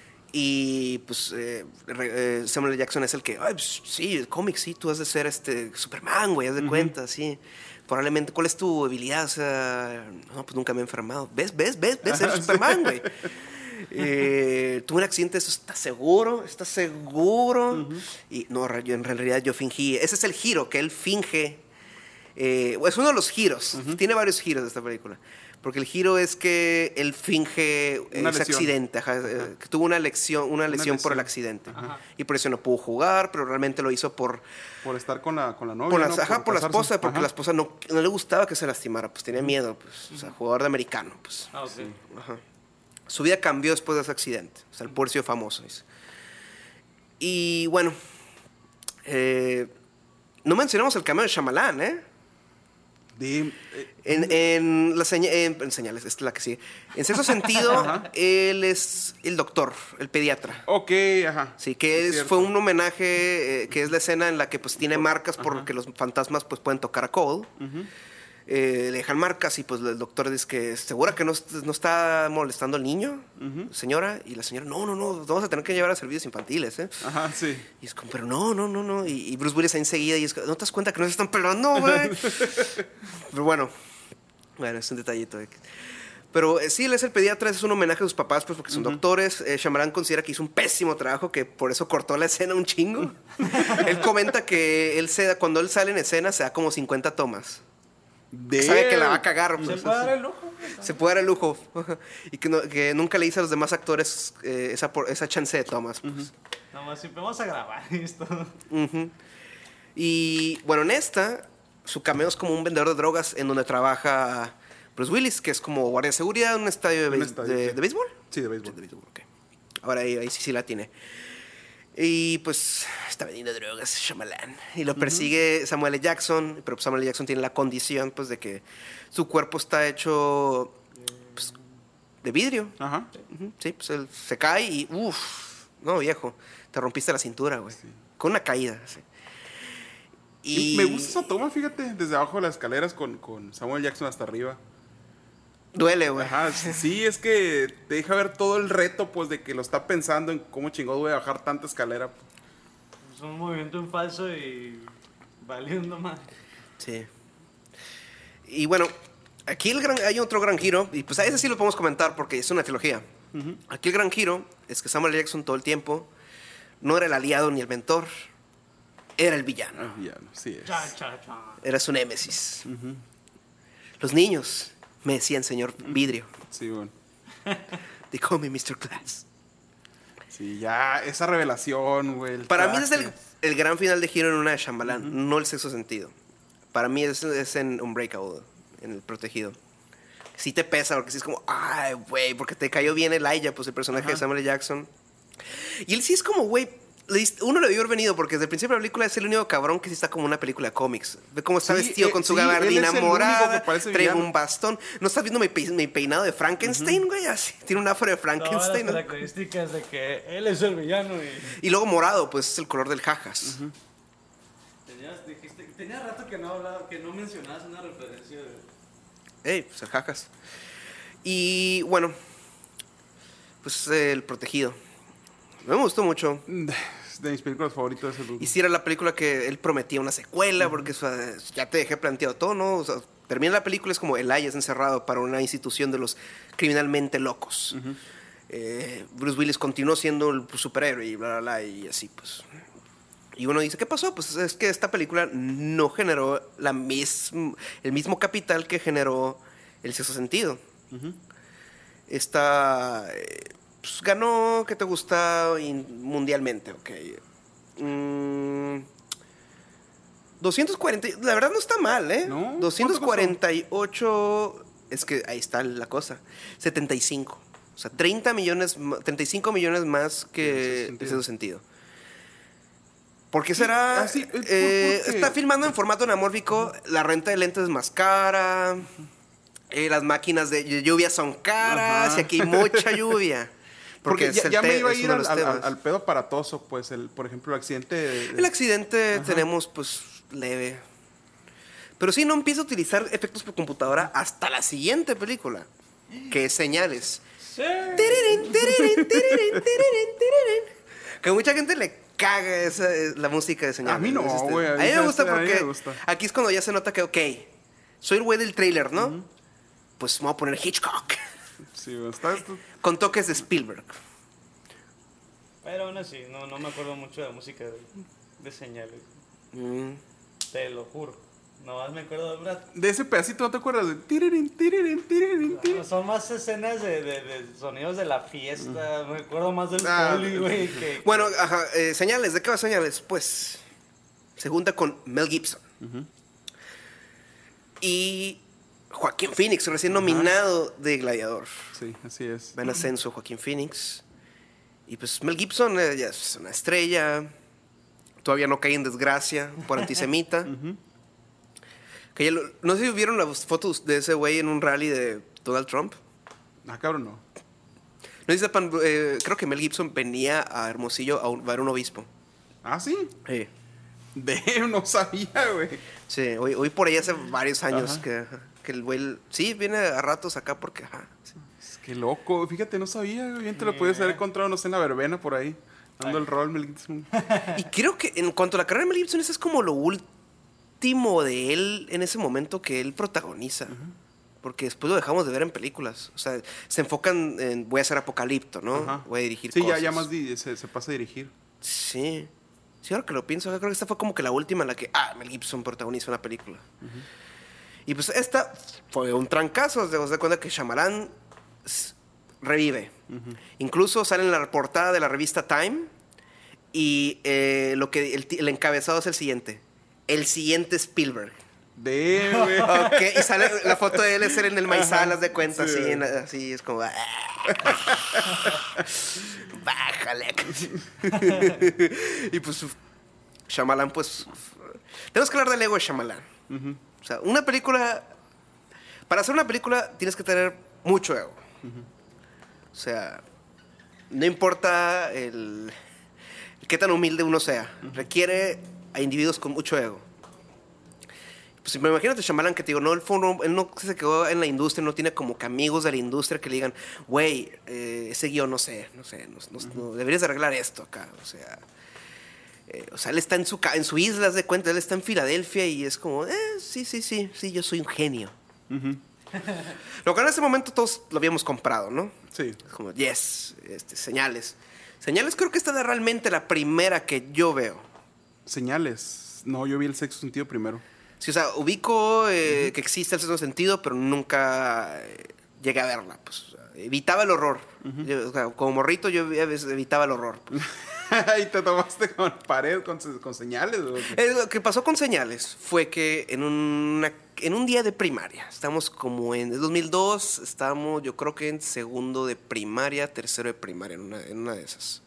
Y pues eh, eh, Samuel L. Jackson es el que, ay, pues, sí, el cómic, sí, tú has de ser este Superman, güey, haz de uh-huh. cuenta, sí. Probablemente, ¿cuál es tu habilidad? O sea, no, pues nunca me he enfermado. ¿Ves, ves, ves, ves? Eres Superman, güey. Eh, tuve un accidente, ¿eso estás seguro? ¿Estás seguro? Uh-huh. Y no, yo, en realidad yo fingí. Ese es el giro, que él finge Eh, es uno de los giros. Uh-huh. Tiene varios giros de esta película. Porque el giro es que él finge una ese lesión. accidente, ajá, ajá. Eh, que tuvo una lesión, una, una lesión, lesión por el accidente. Ajá. Y por eso no pudo jugar, pero realmente lo hizo por... Por estar con la, con la novia, por la, ¿no? Ajá, por, por la esposa, porque ajá. la esposa no, no le gustaba que se lastimara, pues tenía miedo, pues, uh-huh. o sea, jugador de americano, pues. Ah, okay. Ajá. Su vida cambió después de ese accidente, o sea, el puercio famoso. Dice. Y bueno, eh, no mencionamos el cameo de Shyamalan, ¿eh? De, eh, en, en, la seña, en, en señales, esta es la que sigue. En cierto sentido, ajá. él es el doctor, el pediatra. Ok, ajá. Sí, que es, fue un homenaje, eh, que es la escena en la que pues tiene marcas ajá. porque los fantasmas pues pueden tocar a Cole. Uh-huh. Eh, le dejan marcas y pues el doctor dice que segura que no, no está molestando al niño, uh-huh. señora, y la señora, no, no, no, vamos a tener que llevar a servicios infantiles, ¿eh? Ajá, sí. Y es como, pero no, no, no, no, y, y Bruce Willis enseguida y es ¿no te das cuenta que no se están pelando, güey? Pero bueno, bueno, es un detallito. ¿eh? Pero eh, sí, él es el pediatra, es un homenaje a sus papás, pues porque son uh-huh. doctores. Eh, Shyamalan considera que hizo un pésimo trabajo, que por eso cortó la escena un chingo. Él comenta que él se da, cuando él sale en escena se da como cincuenta tomas. De... Sabe que la va a cagar. ¿Se pues, puede dar el lujo? Se puede dar el lujo. Y que, no, que nunca le hice a los demás actores eh, esa, esa chance de tomas. Pues. Uh-huh. Nada más siempre vamos a grabar esto. Uh-huh. Y bueno, en esta, su cameo es como un vendedor de drogas en donde trabaja Bruce Willis, que es como guardia de seguridad en un estadio de, un be- estadio, de, sí. de béisbol. Sí, de béisbol. Sí, de béisbol okay. Ahora ahí, ahí sí, sí la tiene. Y pues está vendiendo drogas Shyamalan. Y lo persigue uh-huh. Samuel L. Jackson. Pero Samuel L. Jackson tiene la condición pues de que su cuerpo está hecho pues, de vidrio. Ajá. Uh-huh. Sí, pues él se cae y uff, no viejo, te rompiste la cintura, güey. Sí. Con una caída. Sí. Y... y me gusta esa toma, fíjate, desde abajo de las escaleras con, con Samuel Jackson hasta arriba. Duele, güey. Ajá, sí, es que te deja ver todo el reto, pues, de que lo está pensando en cómo chingado voy a bajar tanta escalera. Es un movimiento en falso y valiendo más. Sí. Y bueno, aquí el gran, hay otro gran giro, y pues a ese sí lo podemos comentar porque es una trilogía. Uh-huh. Aquí el gran giro es que Samuel L. Jackson todo el tiempo no era el aliado ni el mentor, era el villano. El villano, sí es. Cha, cha, cha. Era su némesis. Uh-huh. Los niños me decían señor vidrio. Sí, bueno. They call me mister Glass. Sí, ya, esa revelación, güey. Para traje. mí es el, el gran final de giro en una de Shyamalan, uh-huh. no el sexto sentido. Para mí es, es en Unbreakable, en El Protegido. Sí te pesa, porque sí es como, ay, güey, porque te cayó bien Elijah, pues el personaje uh-huh. de Samuel L. Jackson. Y él sí es como, güey, uno le debió haber venido, porque desde el principio de la película es el único cabrón que sí está como una película de cómics. Ve cómo está sí, vestido eh, con su sí, gabardina morada, trae un bastón. ¿No estás viendo mi, pe- mi peinado de Frankenstein, uh-huh. güey? Así, tiene un afro de Frankenstein. Todas las características de que él es el villano. Y, y luego morado, pues es el color del jajas. Uh-huh. Tenías, dijiste, tenía rato que no hablaba, que no mencionabas una referencia de... Ey, pues el jajas. Y bueno, pues eh, El Protegido. Me gustó mucho. De mis películas favoritas es el... Y si era la película que él prometía una secuela, uh-huh. porque o sea, ya te dejé planteado todo, ¿no? O sea, termina la película, es como Elijah es encerrado para una institución de los criminalmente locos. Uh-huh. Eh, Bruce Willis continuó siendo el superhéroe y bla, bla, bla, y así, pues. Y uno dice, ¿qué pasó? Pues es que esta película no generó la mism- el mismo capital que generó El Sexto Sentido. Uh-huh. Esta... Eh, pues ganó, ¿qué te gusta? Mundialmente, ok. Mm, doscientos cuarenta, la verdad no está mal, ¿eh? ¿No? doscientos cuarenta y ocho, es que ahí está la cosa. setenta y cinco. O sea, treinta millones, treinta y cinco millones más que El Sexto Sentido. ¿Por qué será? Ah, sí, ¿por, eh, por está filmando en formato anamórfico, la renta de lentes es más cara, eh, las máquinas de lluvia son caras, ajá. Y aquí hay mucha lluvia. Porque, porque ya, ya te- me iba a ir al, al, al, al pedo aparatoso, pues, el, por ejemplo, el accidente... De, de... El accidente ajá. tenemos, pues, leve. Pero sí, no empieza a utilizar efectos por computadora hasta la siguiente película, que es Señales. Sí. Tirirín, tirirín, tirirín, tirirín, tirirín. Que mucha gente le caga esa, la música de Señales. A mí no, güey. A, a mí me gusta porque me gusta. Aquí es cuando ya se nota que, ok, soy el güey del trailer, ¿no? Uh-huh. Pues me voy a poner Hitchcock. Sí, está esto. Con toques de Spielberg. Pero aún así, no, no me acuerdo mucho de la música de, de Señales. Mm. Te lo juro. Nomás me acuerdo de Brad. De ese pedacito, ¿no te acuerdas? De tirirín, tirirín, tirirín, tirirín. Son más escenas de, de, de sonidos de la fiesta. Me acuerdo más del Ah, poli, güey. Que... Bueno, ajá, eh, señales, ¿de qué va señales? Pues se junta con Mel Gibson. Ujú. Y Joaquín Phoenix, recién Ajá. nominado de Gladiador. Sí, así es. Va en ascenso Joaquín Phoenix. Y pues Mel Gibson eh, ya es una estrella. Todavía no cae en desgracia por antisemita. Ujú. Que ya lo- no sé si vieron las fotos de ese güey en un rally de Donald Trump. Ah, cabrón, no. No sé si sepan, eh, creo que Mel Gibson venía a Hermosillo a, un- a ver un obispo. Ah, sí. Sí. De, no sabía, güey. Sí, hoy, hoy por ahí hace varios años Ajá. que, ajá, que el güey... Sí, viene a ratos acá porque... Ajá, sí. Es que loco. Fíjate, no sabía, güey. Bien te lo Ni puedes haber idea. encontrado, no sé, en la verbena por ahí. Dando el rol, Mel Gibson. Y creo que en cuanto a la carrera de Mel Gibson, ese es como lo último de él en ese momento que él protagoniza. Porque después lo dejamos de ver en películas. O sea, se enfocan en voy a ser apocalipto, ¿no? Ajá. Voy a dirigir Sí, ya, cosas. ya más di- se, se pasa a dirigir. Sí. Sí, ahora que lo pienso, creo que esta fue como que la última en la que, ah, Mel Gibson protagoniza una película. Y pues esta fue un trancazo. Se da cuenta que Shyamalan s- revive. Incluso sale en la portada de la revista Time y eh, lo que el, ti- el encabezado es el siguiente. El siguiente Spielberg. De, güey. Ok, y sale la foto de él es él en el maizal, haz de cuenta, Sí, así, güey. en- así es como... ah. Bájale. Y pues Shyamalan, pues... Tenemos que hablar del ego de Shyamalan. Ujú. O sea, una película... Para hacer una película tienes que tener mucho ego. O sea, no importa el, qué tan humilde uno sea. Requiere a individuos con mucho ego. Pues imagínate Shyamalan que te digo, no, él, fue un- él no se quedó en la industria, no tiene como que amigos de la industria que le digan, güey, eh, ese guión no sé, no sé, no, no- no- deberías arreglar esto acá. O sea, eh, o sea, él está en su, ca- en su isla, haz de cuenta, él está en Filadelfia y es como, eh, sí, sí, sí, sí, yo soy un genio. Ujú. Lo que en ese momento todos lo habíamos comprado, ¿no? Sí. Es como, yes, este, señales. Señales creo que esta es realmente la primera que yo veo. Señales. No, yo vi el sexto sentido primero. Sí, o sea, ubico eh, que existe el sexto sentido, pero nunca eh, llegué a verla. Pues, o sea, evitaba el horror. Yo, o sea, como morrito yo a veces evitaba el horror. pues. Y te tomaste con pared, con, se- con señales, güey. Eh, lo que pasó con Señales fue que en, una, en un día de primaria, estamos como en dos mil dos, estábamos yo creo que en segundo de primaria, tercero de primaria, en una, en una de esas.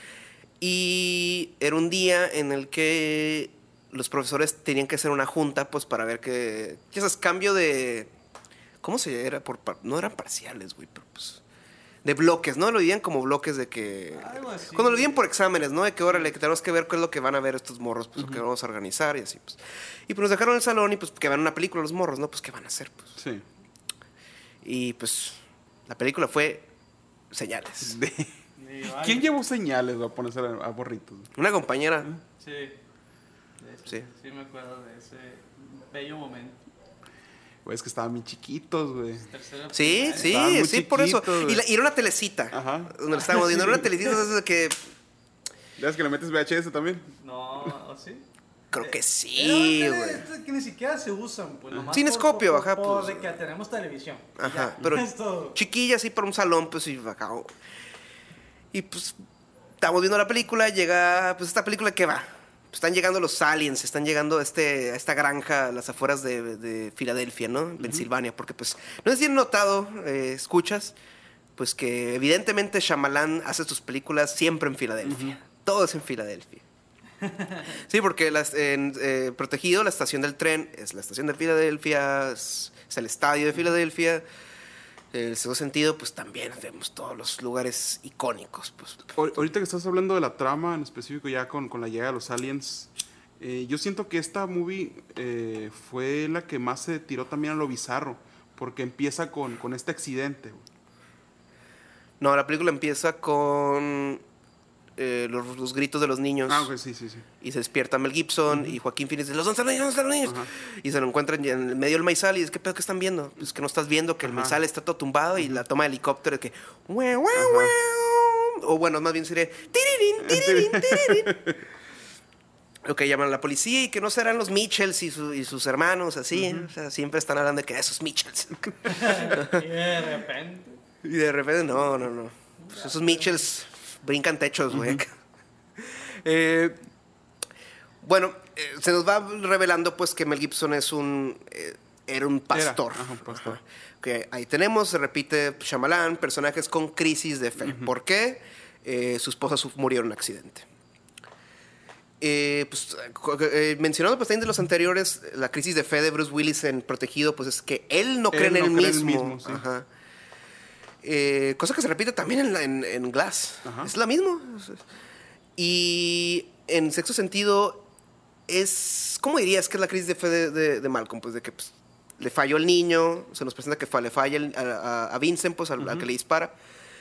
Y era un día en el que los profesores tenían que hacer una junta, pues para ver que, que es cambio de, ¿cómo se era? Por, par- no eran parciales, güey, pero pues... De bloques, ¿no? Lo dividían como bloques de que... Algo así. Cuando lo dividían por exámenes, ¿no? De que, órale, que tenemos que ver qué es lo que van a ver estos morros, pues, que vamos a organizar y así, pues. Y pues nos dejaron en el salón y pues que van una película los morros, ¿no? Pues, ¿qué van a hacer? Pues. Sí. Y pues, la película fue Señales. De- Ni vale. ¿Quién llevó señales, güey, a ponerse a, a borritos? Una compañera, Sí. De Sí. ese- sí, me acuerdo de ese bello momento. Güey, es que estaban bien chiquitos, güey. Tercera sí, primaria. sí, Estaban muy sí, por eso. chiquitos, Y, güey. la- y era una telecita, Ajá. donde la estábamos viendo. Era una telecita de que, ¿Ya es que le metes V H S también? No, ¿o sí? creo que sí, Era güey. tele- Que ni siquiera se usan, pues nomás. Cinescopio, por- ajá, por- por pues. de que tenemos televisión. y Ajá, ya, pero es todo. chiquilla así para un salón, pues y acá. Y pues estamos viendo la película, llega, pues esta película que va. Pues, están llegando los aliens, están llegando a, este, a esta granja a las afueras de, de Filadelfia, ¿no? En Pensilvania, porque pues, no sé si han notado, eh, escuchas, pues que evidentemente Shyamalan hace sus películas siempre en Filadelfia. Todo es en Filadelfia. Sí, porque las, en, eh, Protegido, la estación del tren, es la estación de Filadelfia, es, es el estadio de Filadelfia. El segundo sentido, pues también vemos todos los lugares icónicos. Pues. Ahor- Ahorita que estás hablando de la trama, en específico ya con, con la llegada de los aliens, eh, yo siento que esta movie eh, fue la que más se tiró también a lo bizarro, porque empieza con, con este accidente, güey. No, la película empieza con eh, los, los gritos de los niños. Ah, ok, sí, sí, sí. Y se despierta Mel Gibson y Joaquín Phoenix dice, ¿dónde están los niños? ¿Dónde están los niños? Ajá. Y se lo encuentran ya en el medio del maizal y dice, ¿qué pedo que están viendo? Pues que no estás viendo que el Ajá. maizal está todo tumbado y la toma de helicóptero de que... "Guau, guau, guau". O bueno, más bien sería... "Tirirín, tirirín, tirirín". lo que llaman a la policía y que no serán los Mitchells y, su, y sus hermanos, así. Uh-huh. O sea, siempre están hablando de que esos Mitchells. Y de repente. Y de repente, no, no, no. Pues esos Mitchells brincan techos, güey. Uh-huh. eh, bueno, eh, se nos va revelando, pues, que Mel Gibson es un. Eh, era un pastor. Era. Ajá, un pastor. Ajá. Que ahí tenemos, se repite Shyamalan, personajes con crisis de fe. Uh-huh. ¿Por qué? Eh, su esposa murió en un accidente. Eh, pues, eh, mencionando pues también de los anteriores, la crisis de fe de Bruce Willis en Protegido, pues es que él no cree él en él no mismo. mismo sí. Ajá. Eh, cosa que se repite también en, la, en, en Glass. Ajá. Es la misma. Y en Sexto Sentido es, ¿cómo dirías que es la crisis de fe de, de, de Malcolm? Pues de que pues, le falló el niño, se nos presenta que le falla el, a, a Vincent, pues al, uh-huh. al que le dispara.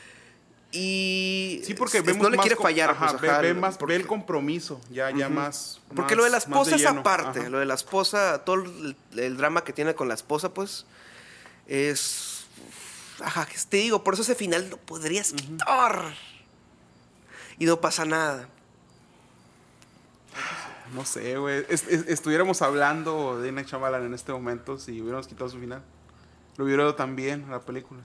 Y sí, porque vemos no le más quiere fallar. Ajá, pues, ajá, ve, ve, más, porque, ve el compromiso, ya, ya uh-huh. más. Porque más, lo de la esposa de es lleno. aparte. Ajá. Lo de la esposa, todo el, el drama que tiene con la esposa, pues es. Ajá, te digo, por eso ese final lo podrías uh-huh. quitar. Y no pasa nada. No sé, güey. Es, es, estuviéramos hablando de Night Shyamalan en este momento si hubiéramos quitado su final. Lo hubiera dado tan bien la película.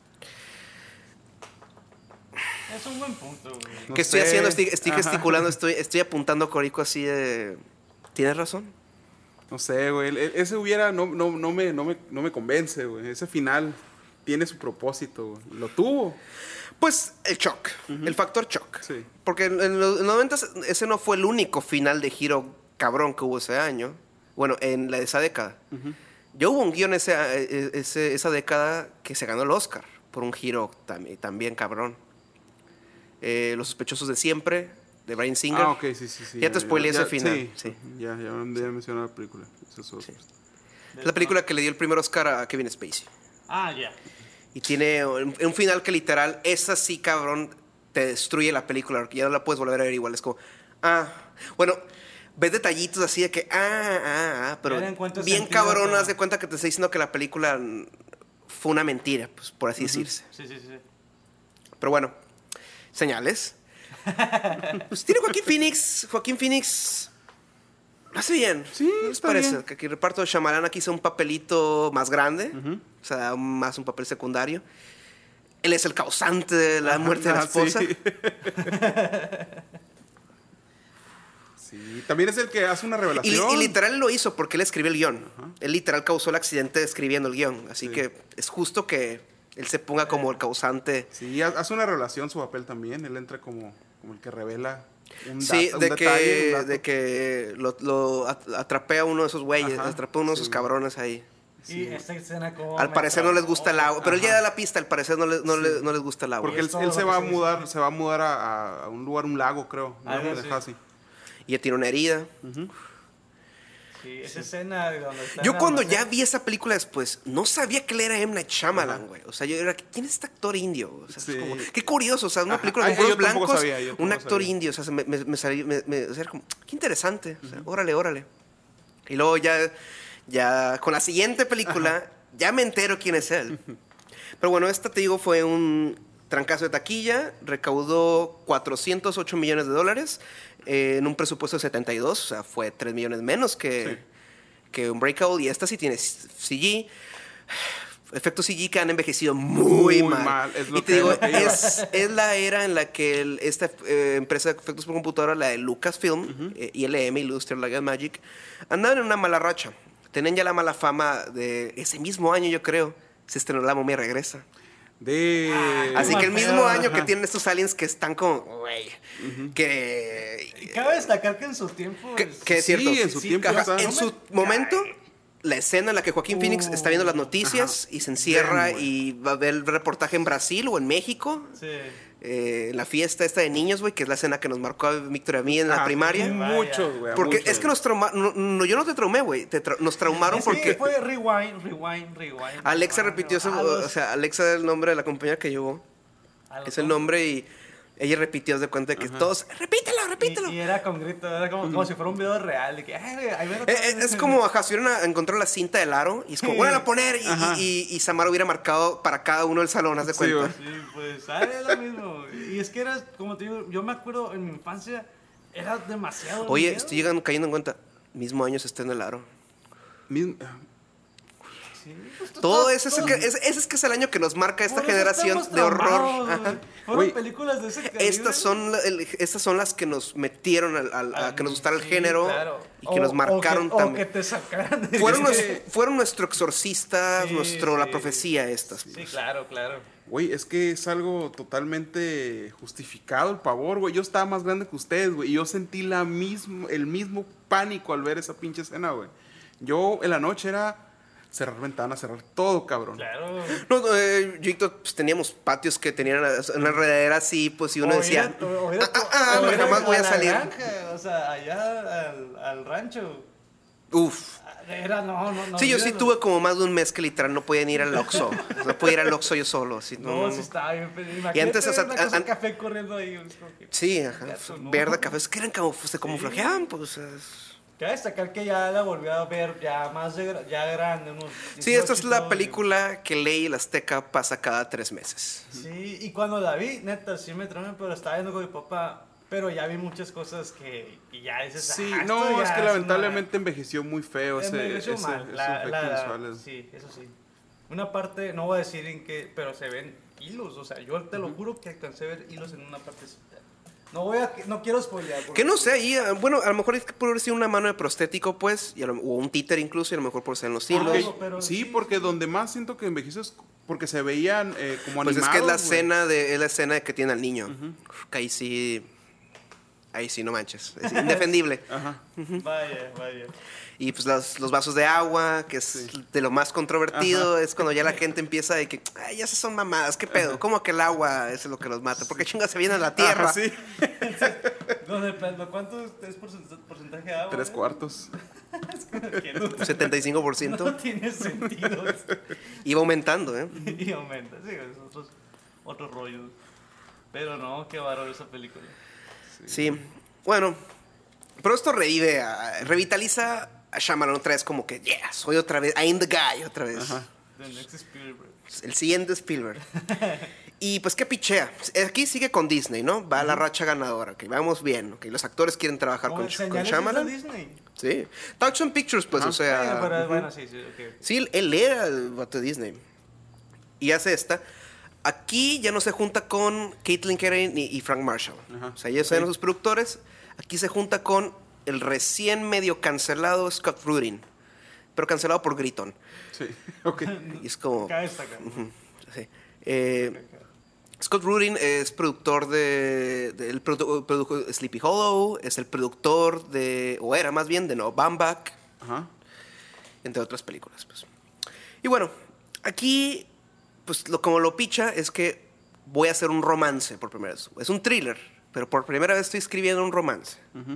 Es un buen punto, güey. No ¿Qué sé. Estoy haciendo? Estoy, estoy gesticulando, estoy, estoy apuntando a Corico así de... ¿Tienes razón? No sé, güey. Ese hubiera... No, no, no, me, no, me, no me convence, güey. Ese final tiene su propósito, güey. Lo tuvo. Pues el shock. Uh-huh. El factor shock. Sí. Porque en, en los noventa ese no fue el único final de giro cabrón que hubo ese año. Bueno, en la, esa década. Uh-huh. Ya hubo un guión ese, ese, esa década que se ganó el Oscar por un giro tam, también cabrón. Eh, Los sospechosos de siempre, de Bryan Singer. Ah, ok, sí, sí, sí. Ya te spoileé ese final. Sí, sí. Ya, ya, ya mencioné la película. Eso es, sí. Es la película que le dio el primer Oscar a Kevin Spacey. Ah, ya. Yeah. Y tiene un, un final que literal, esa sí, cabrón, te destruye la película, porque ya no la puedes volver a ver igual. Es como, ah, bueno, ves detallitos así de que, ah, ah, ah, pero bien cabrón, pero... haz de cuenta que te está diciendo que la película fue una mentira, pues, por así uh-huh. decirse. Sí, sí, sí. Pero bueno, señales. Pues tiene Joaquín Phoenix. Joaquín Phoenix lo hace bien. Sí, ¿no les está parece? bien. Que aquí el reparto de Shyamalan aquí hizo un papelito más grande. Uh-huh. O sea, más un papel secundario. Él es el causante de la Ajá, muerte de la esposa. Sí. Sí, también es el que hace una revelación. Y, y literal lo hizo porque él escribió el guión. Ajá. Él literal causó el accidente escribiendo el guión. Así sí. que es justo que él se ponga como el causante. Sí, hace una revelación su papel también. Él entra como, como el que revela un, sí, dato, de un que, detalle. Un de que lo, lo atrapé a uno de esos güeyes. Atrapé a uno de esos sí. cabrones ahí. Sí. Y esta escena como al parecer no les gusta el agua. Pero él ya da la pista. Al parecer no, le, no, sí. le, no les gusta el agua. Porque él, él se va a mudar, se va a mudar a, a un lugar, un lago, creo. Ah, ¿no? sí. Y ya tiene una herida. Uh-huh. Sí, esa sí. escena de donde está. Yo cuando ya vi esa película después, no sabía que él era M. Night Shyamalan, güey. O sea, yo era, ¿quién es este actor indio? O sea, sí. es como, qué curioso, o sea, una película Ajá. con puros Ay, blancos, sabía, un actor sabía. indio. O sea, me, me, me, salí, me, me o sea, como, qué interesante. O sea, uh-huh. órale, órale. Y luego ya, ya con la siguiente película, Ajá. ya me entero quién es él. Pero bueno, esta, te digo, fue un trancazo de taquilla. Recaudó cuatrocientos ocho millones de dólares. Eh, en un presupuesto de setenta y dos, o sea, fue tres millones menos que, sí. que Unbreakable. Y esta sí tiene C G. Efectos C G que han envejecido muy, muy mal. mal. Es lo y te que digo, es, es la era en la que el, esta eh, empresa de efectos por computadora, la de Lucasfilm, uh-huh. eh, I L M, Illustrated Light and Magic, andaban en una mala racha. Tenían ya la mala fama de ese mismo año, yo creo, se estrenó La Momia Regresa. De... Ah, así que el mismo año ajá. que tienen estos aliens que están como, güey, uh-huh. que... Cabe destacar que en su tiempo... Que, que es cierto. Sí, en su sí, tiempo. Ajá, en su momento, la escena en la que Joaquín uh, Phoenix está viendo las noticias ajá. y se encierra Damn, y va a ver el reportaje en Brasil o en México. Sí. Eh, la fiesta esta de niños, güey, que es la escena que nos marcó a Víctor y a mí en la ah, primaria. Muchos, güey. Porque muchos. es que nos traumaron. No, no, yo no te traumé, güey. Tra nos traumaron es porque. Que fue rewind, rewind, rewind. Alexa rewind, repitió rewind. ese. O sea, Alexa es el nombre de la compañía que llevó. Es el nombre y ella repitió de cuenta de que Ajá. todos. ¡Repítelo, repítelo! Y, y era con grito, era como, uh-huh. como si fuera un video real. De que, ay, ahí eh, eh, es como, ajá, si hubieran encontrado la cinta del aro y es como, vuelvan a poner. Y, y, y, y Samara hubiera marcado para cada uno del salón, haz de cuenta. Sí, sí pues, ah, es lo mismo. Y es que era, como te digo, yo me acuerdo en mi infancia, Era demasiado Oye, miedo. estoy llegando, cayendo en cuenta. Mismo año se está en el aro. Mismo- Sí, pues, tú Todo estás- ese es, el todo- que, ese, ese es que es el año que nos marca esta por eso generación estamos de horror. traumados, Ajá. güey. Fueron Güey, películas de ese calibre. Estas son, la- el- estas son las que nos metieron al, al- a Ah, que nos gustara el sí, género claro. y que O- nos marcaron o que, también. O que te sacaran de Fueron, ese- nues- fueron nuestro exorcista, Sí, nuestro, la sí. profecía estas. Sí, claro, claro. Güey, es que es algo totalmente justificado el pavor, güey. Yo estaba más grande que ustedes, güey. Y yo sentí la mismo, el mismo pánico al ver esa pinche escena, güey. Yo en la noche era cerrar ventanas, cerrar todo, cabrón. Claro. No, eh, yo y Héctor, pues, teníamos patios que tenían una enredadera así, pues, y uno O decía, ir a tu- o ir a ah, tu- ah, ah, o ir jamás voy a la salir. granja, o sea, allá al, al rancho. Uf. Era, no, no, no. Sí, yo sí olvídalo. tuve como más de un mes que literal no podía ni ir al Oxxo. No podía ir al Oxxo yo solo. Así, no, No, no, sí no. estaba bien feliz. Imagínate Y antes, o sea, una cosa an- café corriendo ahí. es como que- Sí, ajá. Gato, ¿no? Verde, café. Es que eran como, se camuflajeaban, pues. es- Cabe destacar que ya la volví a ver ya más de, gra- ya grande. Unos Sí, esta es dieciocho y la todo, película que Ley el Azteca pasa cada tres meses. Sí, y cuando la vi, neta, sí me traumé, pero estaba viendo con mi papá. Pero ya vi muchas cosas que y ya dices, Sí, ah, esto no, ya es que una- lamentablemente envejeció muy feo ese, Envejeció ese, mal, esos la- efectos la- visuales. Sí, eso sí. Una parte, no voy a decir en qué, pero se ven hilos. O sea, yo te lo juro que alcancé a ver hilos en una parte. No voy a, no quiero spoilear. porque- Que no sé, ahí, ah, bueno, a lo mejor es que pudo haber sido una mano de prostético, pues, y a lo- o un títer incluso, y a lo mejor por ser en los Ah, hilos. no, pero Sí, sí, porque sí. donde más siento que envejeció es porque se veían eh, como Pues animados. es que es la güey. escena de, es la escena que tiene al niño. Que ahí sí, ahí sí, no manches, es indefendible. Ajá. Vaya, vaya. Y pues los, los vasos de agua, que es de lo más controvertido, es cuando ya la gente empieza de que, ay, ya se son mamadas, ¿qué pedo? ¿Cómo que el agua es lo que los mata? ¿Por qué chingas se viene a la tierra? Ajá, sí. ¿Dónde, pero ¿Cuánto es porcent- porcentaje de agua? Tres eh? cuartos. Que no, setenta y cinco por ciento. no tiene sentido. Iba aumentando, ¿eh? Y aumenta, sí, es otros, otros rollos. Pero no, qué bárbaro esa película. Sí. Bueno, pero esto revive, a- revitaliza a Shyamalan otra vez como que, yeah, soy otra vez, I'm the guy otra vez. Ajá. The Next Spielberg. El siguiente Spielberg. Y pues qué pichea. Aquí sigue con Disney, ¿no? Va a la racha ganadora. Ok, vamos bien. Ok, los actores quieren trabajar ¿Cómo con, con señales Shyamalan. de Disney? Sí. Touch Pictures, pues, Ajá. o sea. Bueno, pero, ujú. bueno, sí, sí, ok. ok. Sí, él era el vato de Disney. Y hace esta. Aquí ya no se junta con Caitlin Karen y, y Frank Marshall. Ajá, O sea, ellos ok. eran sus productores. Aquí se junta con el recién medio cancelado Scott Rudin. Pero cancelado por Gritón. Sí, ok. Y es como... Cabe destacar. Ujú, sí. Eh, Scott Rudin es productor de, de- él produ- produjo Sleepy Hollow, es el productor de, o era más bien, de No Baumbach, Ajá. entre otras películas. Pues. Y bueno, aquí, pues lo, como lo picha es que voy a hacer un romance por primera vez. Es un thriller, pero por primera vez estoy escribiendo un romance. Ujú.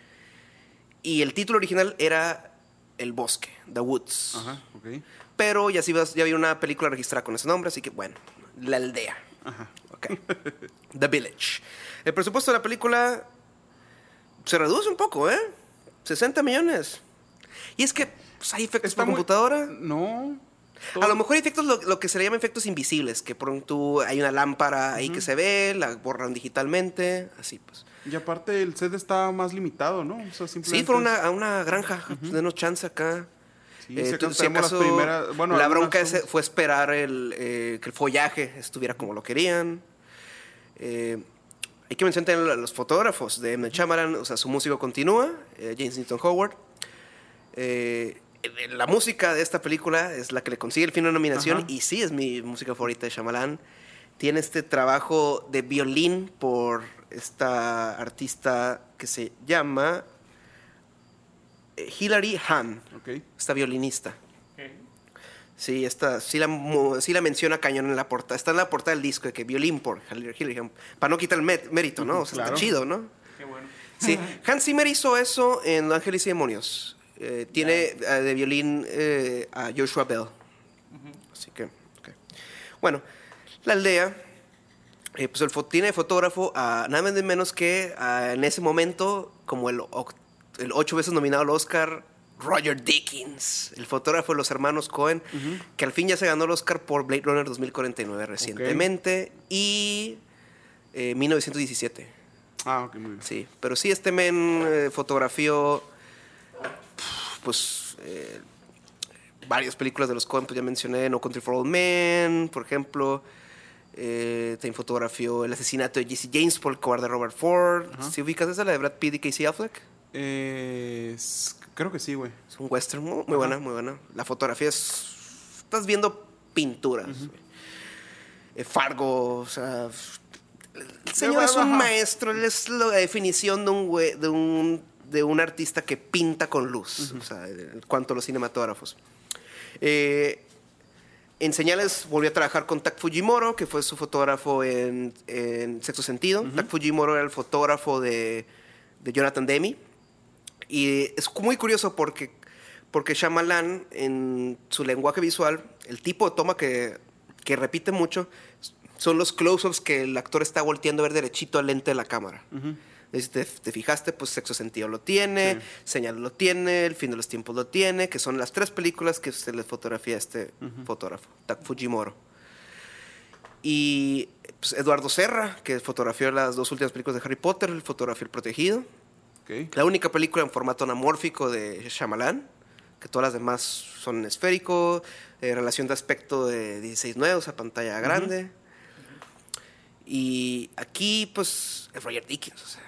Y el título original era El Bosque, The Woods. Ajá, ok. Pero ya, sí, vas- ya había una película registrada con ese nombre, así que bueno, La Aldea. Ajá. Ok. The Village. El presupuesto de la película se reduce un poco, ¿eh? sesenta millones. Y es que pues, hay efectos Está por muy- computadora. No. A lo mejor hay efectos, lo, lo que se le llama efectos invisibles, que por ejemplo hay una lámpara ahí que se ve, la borran digitalmente, así pues. Y aparte el set está más limitado, ¿no? O sea, Sí, simplemente fueron es- una, a una granja, pues, denos chance acá. Sí, Eh, si tú- acaso si tenemos las acaso primeras- bueno, la algunas bronca son- ese fue esperar el, eh, que el follaje estuviera como lo querían. Eh, hay que mencionar también a los fotógrafos de M. Night Shyamalan, o sea, su músico continúa, eh, James Newton Howard. Eh, la música de esta película es la que le consigue el fin de nominación Ajá. y sí es mi música favorita de Shyamalan. Tiene este trabajo de violín por esta artista que se llama eh, Hilary Hahn, Ok. esta violinista. Ok. Sí, esta, sí, la, mo- sí la menciona cañón en la portada. Está en la portada del disco de que violín por Hilary Hahn. Para no quitar el met- mérito, ¿no? O sea, Claro. está chido, ¿no? Qué bueno. Sí, Hans Zimmer hizo eso en Ángeles y Demonios. Eh, tiene eh, de violín eh, a Joshua Bell. Así que, ok. Bueno, La Aldea, eh, pues el fo- tiene fotógrafo a nada más ni menos que a, en ese momento, como el, oc- el ocho veces nominado al Oscar, Roger Dickens, el fotógrafo de los hermanos Cohen, que al fin ya se ganó el Oscar por Blade Runner dos mil cuarenta y nueve recientemente y eh, mil novecientos diecisiete. Ah, ok, muy bien. Sí, pero sí, este men eh, fotografió, pues, eh, varias películas de los Coen, pues ya mencioné, No Country for Old Men, por ejemplo. Eh, también fotografió El asesinato de Jesse James por el cobarde Robert Ford. ¿Sí ubicas esa, la de Brad Pitt y Casey Affleck? Eh, s- creo que sí, güey. Es un western muy, muy buena, muy buena. La fotografía es... Estás viendo pinturas. güey. Eh, Fargo, o sea... El señor es un Ajá. maestro, él es la definición de un, güey- de un, de un artista que pinta con luz, o sea, en cuanto a los cinematógrafos. Eh, en Señales volvió a trabajar con Tak Fujimoro, que fue su fotógrafo en, en Sexto Sentido. Tak Fujimoro era el fotógrafo de, de Jonathan Demme. Y es muy curioso porque, porque Shyamalan, en su lenguaje visual, el tipo de toma que, que repite mucho son los close-ups que el actor está volteando a ver derechito al lente de la cámara. Si te, te fijaste, pues Sexto Sentido lo tiene, Sí. Señal lo tiene, El Fin de los Tiempos lo tiene, que son las tres películas que se le fotografía a este fotógrafo, Tak Fujimoro. Y pues, Eduardo Serra, que fotografió las dos últimas películas de Harry Potter, el fotografió El Protegido. Ok. La única película en formato anamórfico de Shyamalan, que todas las demás son en esférico, eh, relación de aspecto de dieciséis nueve, o sea, pantalla grande. Y aquí, pues, es Roger Dickens, o sea.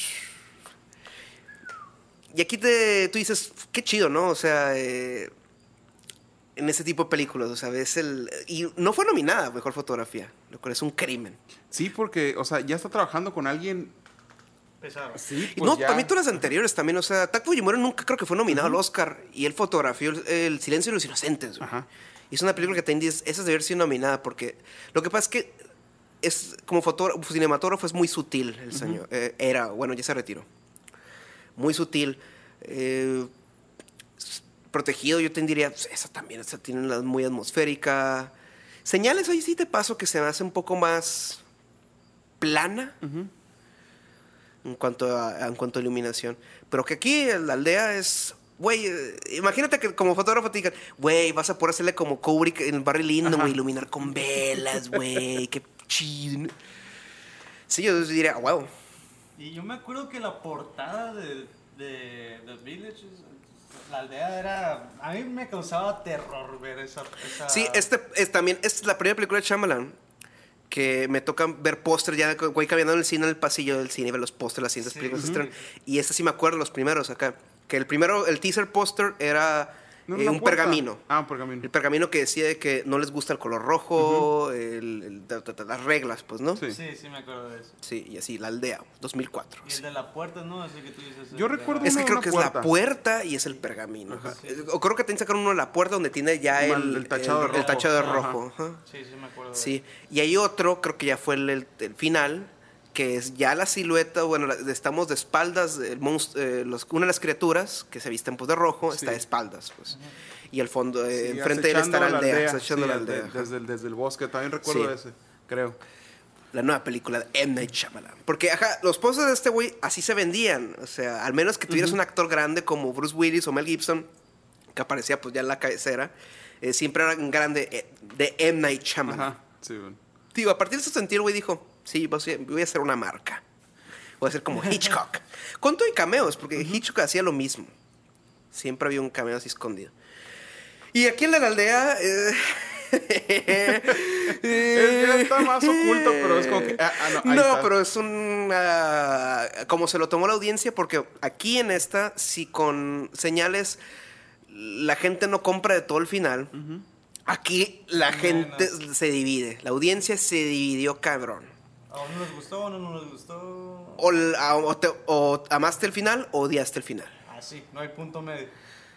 Y aquí te, tú dices, qué chido, ¿no? O sea, eh, en ese tipo de películas, o sea, ves el... Y no fue nominada a Mejor Fotografía, lo cual es un crimen. Sí, porque, o sea, ya está trabajando con alguien. Pesado. Sí, Y pues no, ya. para mí todas las anteriores también, o sea, Tak Fujimoro nunca creo que fue nominado al Oscar y él fotografió el, el Silencio de los Inocentes, güey. Ajá. Y es una película que también dices, esa debe haber sido nominada porque lo que pasa es que es como fotógrafo, cinematógrafo es muy sutil el señor, eh, era, bueno, ya se retiró. Muy sutil. Eh, s- protegido, yo te diría, pues, esa también, esa tiene una muy atmosférica. Señales, ahí sí te paso que se me hace un poco más plana en cuanto a, en cuanto a iluminación. Pero que aquí la aldea es... Güey, eh, imagínate que como fotógrafo te digan, güey, vas a poder hacerle como Kubrick en Barry Lyndon, güey, iluminar con velas, güey, qué chido. Sí, yo diría, wow. Y yo me acuerdo que la portada de, de The Village, la aldea era... A mí me causaba terror ver esa... esa... Sí, este es también, esta es la primera película de Shyamalan que me toca ver póster ya, güey, caminando en el cine, en el pasillo del cine, ver los pósters, las siguientes Sí, películas que ujú. estrenan. Y esta sí me acuerdo, los primeros acá. Que el primero, el teaser póster era ¿No eh, era un una puerta? pergamino. Ah, un pergamino. El pergamino que decía de que no les gusta el color rojo, el- el- ta- ta- ta- las reglas, pues, ¿no? Sí. Sí, sí me acuerdo de eso. Sí, y así, la aldea, dos mil cuatro. Y el de la puerta, ¿no? Así que tú dices... Yo el de- recuerdo Es que uno de creo una que es puerta. la puerta y es el pergamino. ajá. Sí. Eh, O creo que también sacaron uno de la puerta donde tiene ya Mal- el, el tachado de el rojo. tachado de Ajá. rojo. ajá. Sí, sí me acuerdo de Sí, y hay otro, creo que ya fue el, el- el final, que es ya la silueta, bueno, la- estamos de espaldas, el monst- eh, los- una de las criaturas que se visten pues de rojo está de espaldas, pues. Y el fondo, eh, Sí, enfrente de él está acechando la aldea, está Sí, acechando la de- aldea. ajá. desde, el, desde el bosque. También recuerdo Sí. ese, creo. La nueva película de M. Night Shyamalan. Porque, ajá, los pósters de este güey así se vendían. O sea, al menos que tuvieras un actor grande como Bruce Willis o Mel Gibson, que aparecía pues ya en la cabecera, eh, siempre era un grande eh, de M. Night Shyamalan. Ajá. Sí, bueno. Digo, a partir de ese sentido, el güey dijo, sí, voy a hacer- voy a hacer una marca. Voy a ser como Hitchcock. Con todo y cameos, porque Hitchcock hacía lo mismo. Siempre había un cameo así escondido. Y aquí en la aldea... eh, Es que está más oculto, pero es como que... ah, ah, no, ahí no, está. pero es un... ah, como se lo tomó la audiencia, porque aquí en esta, si con señales la gente no compra de todo el final, aquí la Menos. gente se divide. La audiencia se dividió cabrón. ¿A uno les gustó o no nos gustó? O, la- o te- o amaste el final o odiaste el final. Ah, sí, no hay punto medio.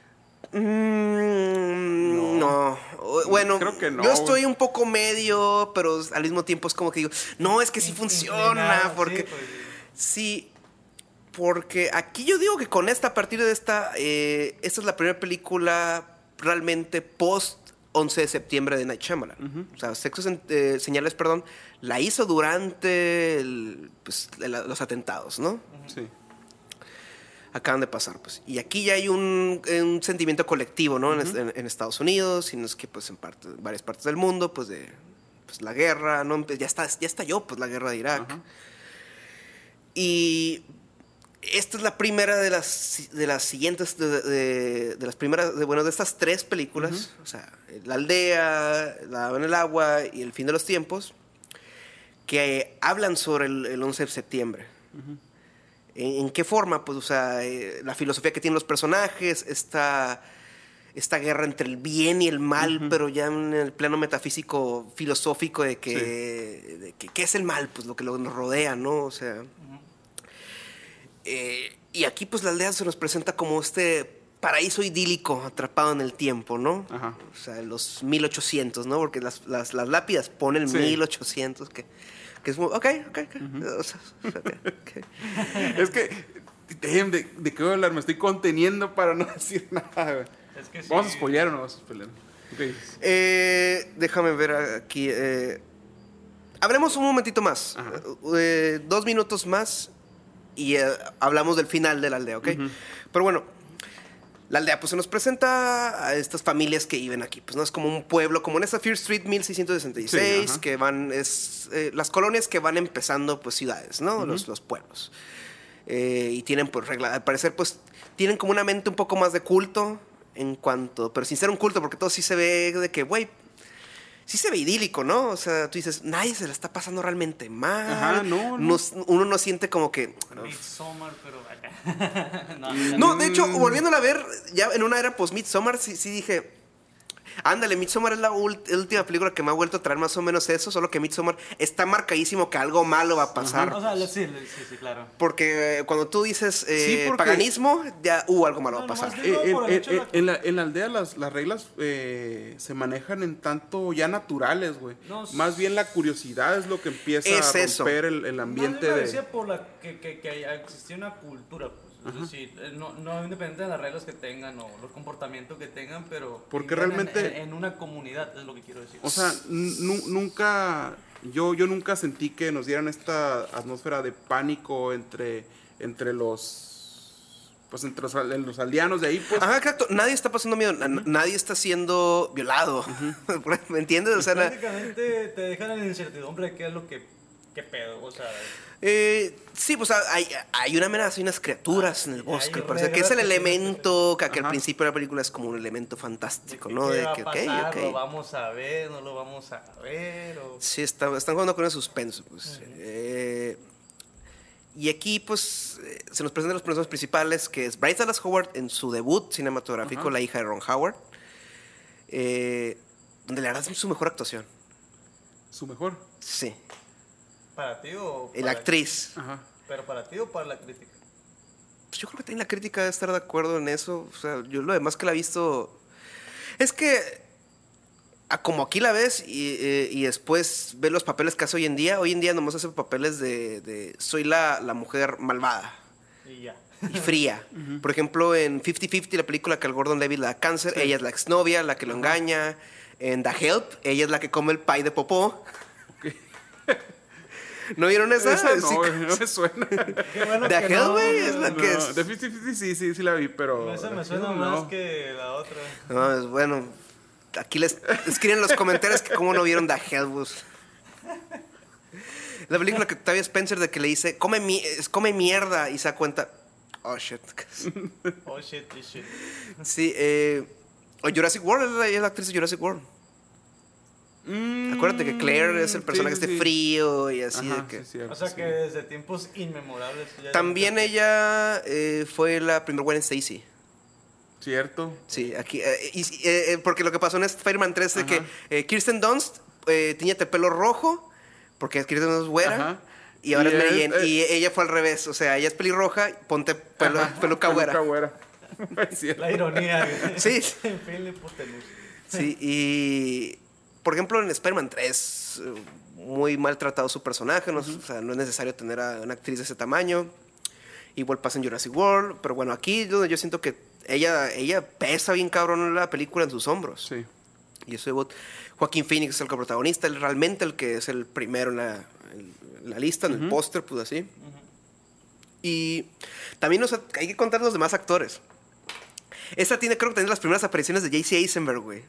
Mm, no. O- Bueno, Creo que no, yo estoy güey. un poco medio, pero al mismo tiempo es como que digo, no, es que sí funciona, Inclinado, porque sí, pues, sí, porque aquí yo digo que con esta, a partir de esta, eh, esta es la primera película realmente post once de septiembre de Night Shyamalan. O sea, Sexo Sen- eh, Señales, perdón, la hizo durante el, pues, la- los atentados, ¿no? Sí. Acaban de pasar, pues. Y aquí ya hay un, un sentimiento colectivo, ¿no? En es- en, en Estados Unidos, y no es que, pues, en parte, varias partes del mundo, pues, de pues, la guerra, ¿no? Ya está, ya estalló, pues, la guerra de Irak. Ajá. Y esta es la primera de las, de las siguientes, de, de, de las primeras, de, bueno, de estas tres películas, uh-huh. o sea, La aldea, La dama en el agua y El fin de los tiempos, que hablan sobre el, el once de septiembre. Uh-huh. ¿En, ¿En qué forma? Pues, o sea, eh, la filosofía que tienen los personajes, esta, esta guerra entre el bien y el mal, uh-huh. pero ya en el plano metafísico, filosófico de que, sí. de que ¿qué es el mal? Pues lo que nos rodea, ¿no? O sea... Eh, y aquí pues la aldea se nos presenta como este paraíso idílico atrapado en el tiempo, ¿no? Ajá. O sea, los mil ochocientos, ¿no? Porque las, las, las lápidas ponen sí. mil ochocientos, que, que es muy... Ok, ok, ok. Uh-huh. O sea, okay, okay. Es que... ¿De, ¿De qué voy a hablar? Me estoy conteniendo para no decir nada, güey. Es que sí. ¿Vamos a spoilear o no vamos a spoilear? Okay. Eh, déjame ver aquí. Eh, hablemos un momentito más. Eh, dos minutos más. Y eh, hablamos del final de la aldea, ¿ok? Uh-huh. Pero bueno, la aldea pues se nos presenta a estas familias que viven aquí. Pues no es como un pueblo, como en esa Fear Street mil seiscientos sesenta y seis, sí, que van, es eh, las colonias que van empezando pues ciudades, ¿no? Uh-huh. Los, los pueblos. Eh, y tienen pues regla, al parecer pues tienen como una mente un poco más de culto en cuanto, pero sin ser un culto, porque todo sí se ve de que, güey, sí se ve idílico, ¿no? O sea, tú dices, nadie se la está pasando realmente mal. Ajá, no, no. no uno no siente como que... Midsommar, pero acá. no, no, de hecho, volviéndola a ver, ya en una era post-Midsommar, sí, sí dije... Ándale, Midsommar es la ult- última película que me ha vuelto a traer más o menos eso, solo que Midsommar está marcadísimo que algo malo va a pasar. Ajá. O sea, sí, sí, sí, claro. Porque eh, cuando tú dices eh, sí, porque... paganismo, ya uh, algo malo no, va a pasar. Eh, en, en, en, en, la, en la aldea las, las reglas eh, se manejan en tanto ya naturales, güey. No, más bien la curiosidad es lo que empieza es a romper el, el ambiente no, de... decía por la que, que, que existía una cultura, pues. Es decir, no, no independiente de las reglas que tengan o los comportamientos que tengan, pero porque realmente en, en una comunidad es lo que quiero decir. O sea, n- nunca yo yo nunca sentí que nos dieran esta atmósfera de pánico entre entre los pues entre los, los aldeanos de ahí, pues. Ajá, exacto. Nadie está pasando miedo, uh-huh. nadie está siendo violado. Uh-huh. ¿Me entiendes? O sea, prácticamente te dejan en incertidumbre de qué es lo que qué pedo, o sea. Eh, sí, pues hay, hay una amenaza y unas criaturas en el bosque, parece que es el elemento que, que al principio de la película es como un elemento fantástico, ¿no? ¿Qué de va que, a pasar? okay, okay. ¿Lo vamos a ver? ¿No lo vamos a ver? O... Sí, está, están jugando con el suspenso, pues. Uh-huh. Eh, y aquí, pues, eh, se nos presentan los personajes principales, que es Bryce Dallas Howard en su debut cinematográfico, uh-huh. la hija de Ron Howard, eh, donde le hará su mejor actuación. ¿Su mejor? Sí. ¿Para ti o para la actriz? Ajá. ¿Pero para ti o para la crítica? Pues yo creo que también la crítica debe estar de acuerdo en eso. O sea, yo lo demás que la he visto... Es que... Como aquí la ves y, y, y después ves los papeles que hace hoy en día. Hoy en día nomás hace papeles de... de soy la, la mujer malvada. Y ya. Y fría. Uh-huh. Por ejemplo, en cincuenta cincuenta, la película que al Gordon Levitt le da cáncer, sí. ella es la exnovia, la que lo uh-huh. engaña. En The Help, ella es la que come el pie de popó. Okay. ¿No vieron esa? Esa no, sí. no me suena. Qué bueno The que Hell, no, güey, es la no, que es. De cincuenta cincuenta sí, sí, sí la vi, pero... Esa me suena no. más que la otra. No, es bueno. Aquí les escriben en los comentarios que cómo no vieron The Hell, pues. La película que Octavia Spencer de que le dice, come, mi come mierda, y se da cuenta, oh, shit. Oh, shit, shit. Sí, eh... O Jurassic World, es la, es la actriz de Jurassic World. Mm, Acuérdate que Claire es el personaje sí, sí, este sí. frío y así. Ajá, de que... sí, cierto, o sea sí. que desde tiempos inmemorables. Ya también ya... ella eh, fue la primera Gwen Stacy. Cierto. Sí, aquí. Eh, y, eh, porque lo que pasó en Spider-Man tres es que eh, Kirsten Dunst eh, tenía el pelo rojo, porque Kirsten Dunst es güera. Ajá. Y ahora y es Mary Jane. Eh, y ella fue al revés. O sea, ella es pelirroja, ponte pelo, peluca güera. güera. La ironía. Sí. En sí, y... Por ejemplo, en Spider-Man tres, muy maltratado su personaje, ¿no? Uh-huh. O sea, no es necesario tener a una actriz de ese tamaño. Igual pasa en Jurassic World, pero bueno, aquí donde yo siento que ella, ella pesa bien cabrón en la película en sus hombros. Sí. Y eso de Joaquín Phoenix es el coprotagonista, él realmente el que es el primero en la, en la lista, en uh-huh. el póster, pues así. Uh-huh. Y también, o sea, hay que contar los demás actores. Esta tiene, creo que tiene las primeras apariciones de J C Eisenberg, güey.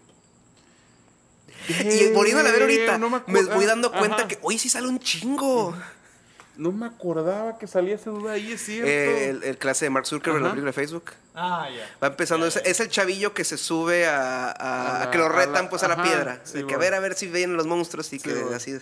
Y volviéndola a ver ahorita, no me, me voy dando cuenta Ajá. que hoy sí sale un chingo. No me acordaba que salía ese dude ahí, es cierto. Eh, el, el clase de Mark Zuckerberg, la Ajá. película de Facebook. Ah, ya. Va empezando, Ya, es, ya. es el chavillo que se sube a, a- A a la- que lo a retan la- pues a la ajá, piedra. sí, de que a bueno. ver, a ver si vienen los monstruos y Sí, que bueno. así.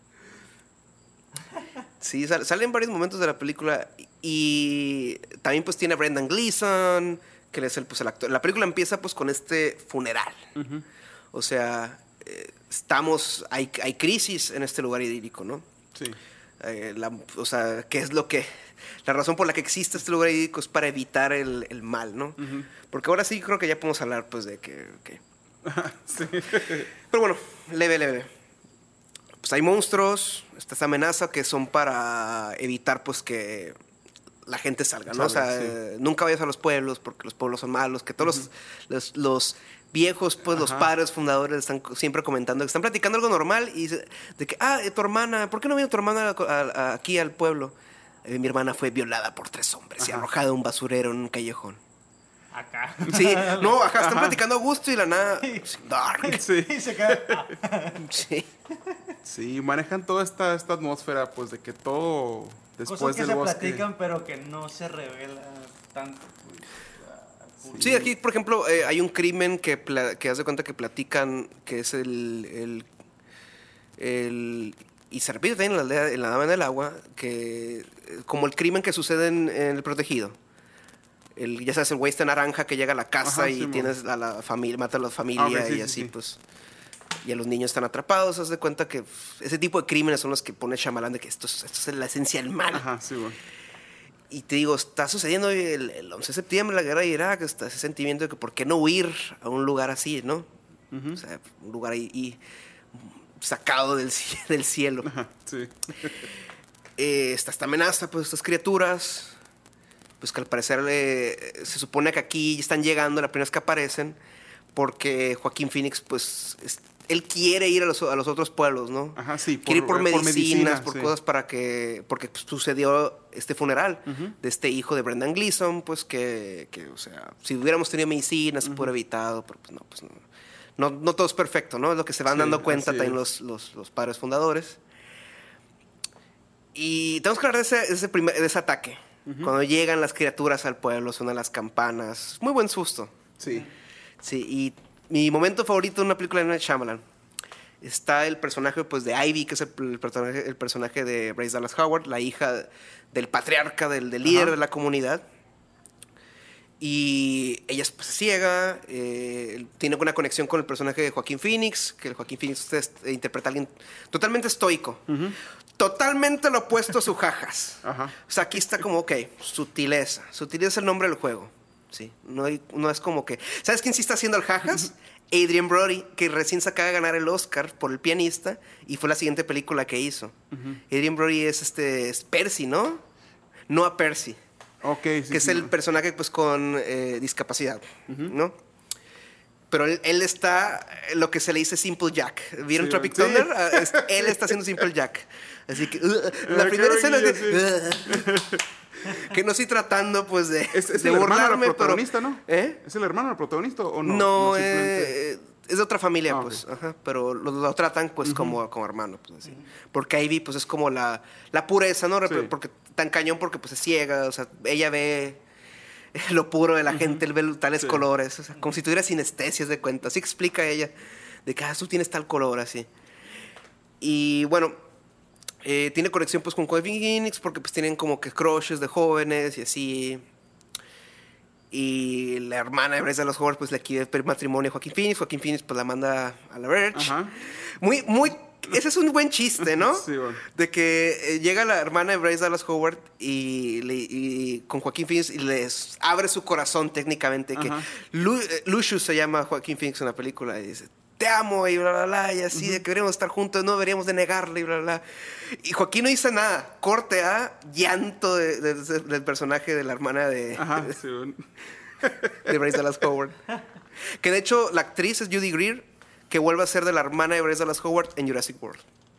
Sí, sal- salen varios momentos de la película. Y también pues tiene a Brendan Gleeson, que él es el, pues, el actor. La película empieza pues con este funeral. Ujú. O sea, eh, estamos, hay, hay crisis en este lugar idílico, ¿no? Sí. Eh, la- o sea, ¿qué es lo que... La razón por la que existe este lugar idílico es para evitar el, el mal, ¿no? Ujú. Porque ahora sí creo que ya podemos hablar, pues, de que... que- Sí. Pero bueno, leve, leve. Pues hay monstruos, está esta amenaza que son para evitar, pues, que la gente salga, ¿no? Salga, o sea, sí. eh, nunca vayas a los pueblos porque los pueblos son malos, que todos los, los, los viejos, pues, los Ajá. padres fundadores están co- siempre comentando, que están platicando algo normal y dice- de que, ah, eh, tu hermana, ¿por qué no vino tu hermana a- a- a- aquí al pueblo? "Eh, mi hermana fue violada por tres hombres y Ajá. arrojada a un basurero en un callejón. Acá. Sí, no, ajá, están Ajá. platicando a gusto y la nada... Dark. Sí. Y se queda. Ah, Sí. Sí, manejan toda esta, esta atmósfera, pues, de que todo después cosas que del se bosque... platican, pero que no se revela tanto. pues, al público. Sí, aquí, por ejemplo, eh, hay un crimen que, pla- que haz de cuenta que platican, que es el... el, el y se repite también en la, aldea- en la Dama del Agua, que eh, como el crimen que sucede en, en El Protegido. El, ya sabes, el güey este naranja que llega a la casa Ajá, y sí, mo. tienes a la familia, mata a la familia Ah, ok, sí, y sí, así, sí. pues... Y a los niños están atrapados, haz de cuenta que pff, ese tipo de crímenes son los que pone Shyamalan de que esto es, esto es la esencia del mal. Ajá, sí, bueno. Y te digo, está sucediendo el, el once de septiembre, la guerra de Irak, está ese sentimiento de que por qué no huir a un lugar así, ¿no? Ujú. O sea, un lugar ahí, y sacado del, ci- del cielo. Ajá, sí. Eh, está esta amenaza, pues estas criaturas, pues que al parecer eh, se supone que aquí están llegando, la primera vez que aparecen, porque Joaquín Phoenix, pues, es- él quiere ir a los, a los otros pueblos, ¿no? Ajá, sí. Quiere ir por eh, medicinas, medicina, por sí. cosas para que... Porque pues, sucedió este funeral Ujú. de este hijo de Brendan Gleeson, pues que, que, o sea, si hubiéramos tenido medicinas, se pudo evitado, pero pues no, pues no. No, no todo es perfecto, ¿no? Es lo que se van Sí, dando cuenta así también es. los, los, los padres fundadores. Y tenemos que hablar de ese, ese primer, de ese ataque. Cuando llegan las criaturas al pueblo, suenan las campanas. Muy buen susto. Sí. Sí, y mi momento favorito de una película de M. Night Shyamalan está el personaje, pues, de Ivy, que es el, el personaje, el personaje de Bryce Dallas Howard, la hija del patriarca, del, del líder Ajá. de la comunidad. Y ella es, pues, ciega, eh, tiene una conexión con el personaje de Joaquín Phoenix, que el Joaquín Phoenix usted est- interpreta a alguien totalmente estoico, totalmente lo opuesto a sus jajas. Ajá. O sea, aquí está como, ok, sutileza. Sutileza es el nombre del juego. Sí, no, hay- no es como que... ¿Sabes quién sí está haciendo el jajas? Adrian Brody, que recién se acaba de ganar el Oscar por El pianista y fue la siguiente película que hizo. Adrian Brody es este es Percy, ¿no? No a Percy, Ok, sí. que es sí, el no. personaje pues con eh, discapacidad, ¿no? Pero él, él está eh, lo que se le dice Simple Jack. ¿Vieron Sí, Tropic sí. Thunder? Ah, es- él está haciendo Simple Jack. Así que uh, la Ah, primera qué escena es de... bello, que no estoy tratando pues de, Es, es de el hermano burlarme, del protagonista, pero... ¿no? ¿Eh? ¿Es el hermano del protagonista o no? No, simplemente- eh, es de otra familia, Ah, pues, ok. ajá, pero lo, lo tratan pues como, como hermano, pues así. Porque Ivy pues es como la, la pureza, ¿no? Sí. Porque tan cañón porque pues es ciega, o sea, ella ve lo puro de la gente, él ve tales Sí. colores, o sea, como si tuviera sinestesia de cuenta, así explica ella, de que ah, tú tienes tal color, así. Y bueno, eh, tiene conexión pues con Joaquin Phoenix porque pues tienen como que crushes de jóvenes y así. Y la hermana de Bryce Dallas Howard pues le quiere pedir matrimonio a Joaquin Phoenix. Joaquin Phoenix pues la manda a la Verge. Ajá. Muy, muy... Ese es un buen chiste, ¿no? Sí, bueno. De que eh, llega la hermana de Bryce Dallas Howard y, le- y con Joaquin Phoenix y les abre su corazón técnicamente. Que Ajá. Lu- eh, Lucius se llama Joaquin Phoenix en la película y dice, te amo y bla, bla, bla, y así de que deberíamos estar juntos, no deberíamos de negarle y bla, bla, bla. Y Joaquín no dice nada. Corte a llanto de- de- de- del personaje de la hermana de, Ajá, sí, bueno. de Bryce Dallas Howard. Que de hecho la actriz es Judy Greer, que vuelve a ser de la hermana de Bryce Dallas Howard en Jurassic World.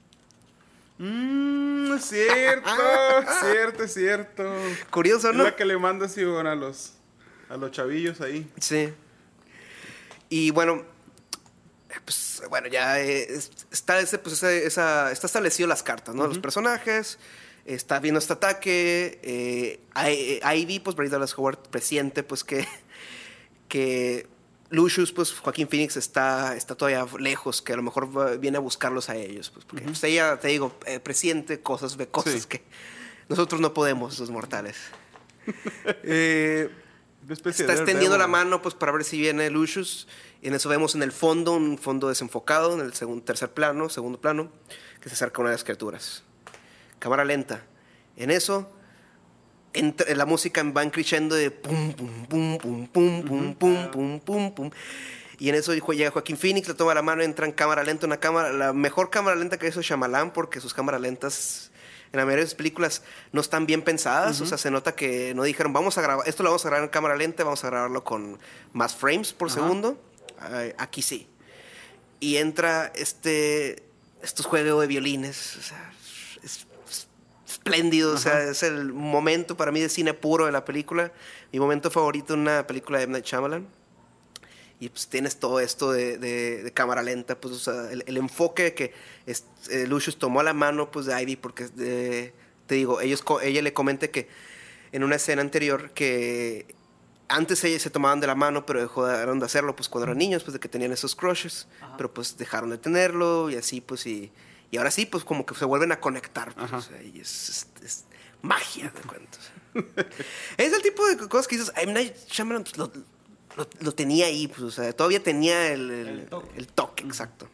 Mmm, cierto, cierto, cierto. Curioso, Es ¿no? la que le manda así, bueno, a los, a los chavillos ahí. Sí. Y bueno, pues bueno, ya eh, está, ese, pues, ese, esa, está establecido las cartas, ¿no? Uh-huh. Los personajes, está viendo este ataque. Eh, Ivy, pues Bryce Dallas Howard presiente, pues que, que Lucius, pues Joaquín Phoenix está, está todavía lejos, que a lo mejor viene a buscarlos a ellos, pues porque uh-huh. pues, ella, te digo, eh, presiente cosas, ve cosas sí. que nosotros no podemos, los mortales. eh, está extendiendo la mano, pues para ver si viene Lucius. Y en eso vemos en el fondo, un fondo desenfocado, en el segundo, tercer plano, segundo plano, que se acerca a una de las criaturas. Cámara lenta. En eso, entre, la música va creciendo de pum, pum, pum, pum, pum, pum, pum, pum, pum, pum. Y en eso llega Joaquín Phoenix, le toma la mano, entra en cámara lenta, una cámara, la mejor cámara lenta que hizo Shyamalan, porque sus cámaras lentas en la mayoría de sus películas no están bien pensadas, uh-huh. o sea, se nota que no dijeron, vamos a grabar, esto lo vamos a grabar en cámara lenta, vamos a grabarlo con más frames por uh-huh. segundo. Uh, aquí sí. Y entra este estos juegos de violines, o sea, es, es espléndido, uh-huh. o sea, es el momento para mí de cine puro de la película, mi momento favorito en una película de M. Night Shyamalan. Y pues tienes todo esto de, de, de cámara lenta, pues o sea, el, el enfoque que es, eh, Lucius tomó la mano pues de Ivy, porque de, te digo, ellos, ella le comenté que en una escena anterior que antes ellos se tomaban de la mano, pero dejaron de hacerlo pues cuando eran niños, pues de que tenían esos crushes, ajá. pero pues dejaron de tenerlo y así pues y, y ahora sí pues como que se vuelven a conectar, pues, o sea, y es, es, es magia de cuentos. Es el tipo de cosas que dices, M. Night Shyamalan pues, lo, lo, lo tenía ahí, pues o sea, todavía tenía el, el, el toque, el toque uh-huh. exacto.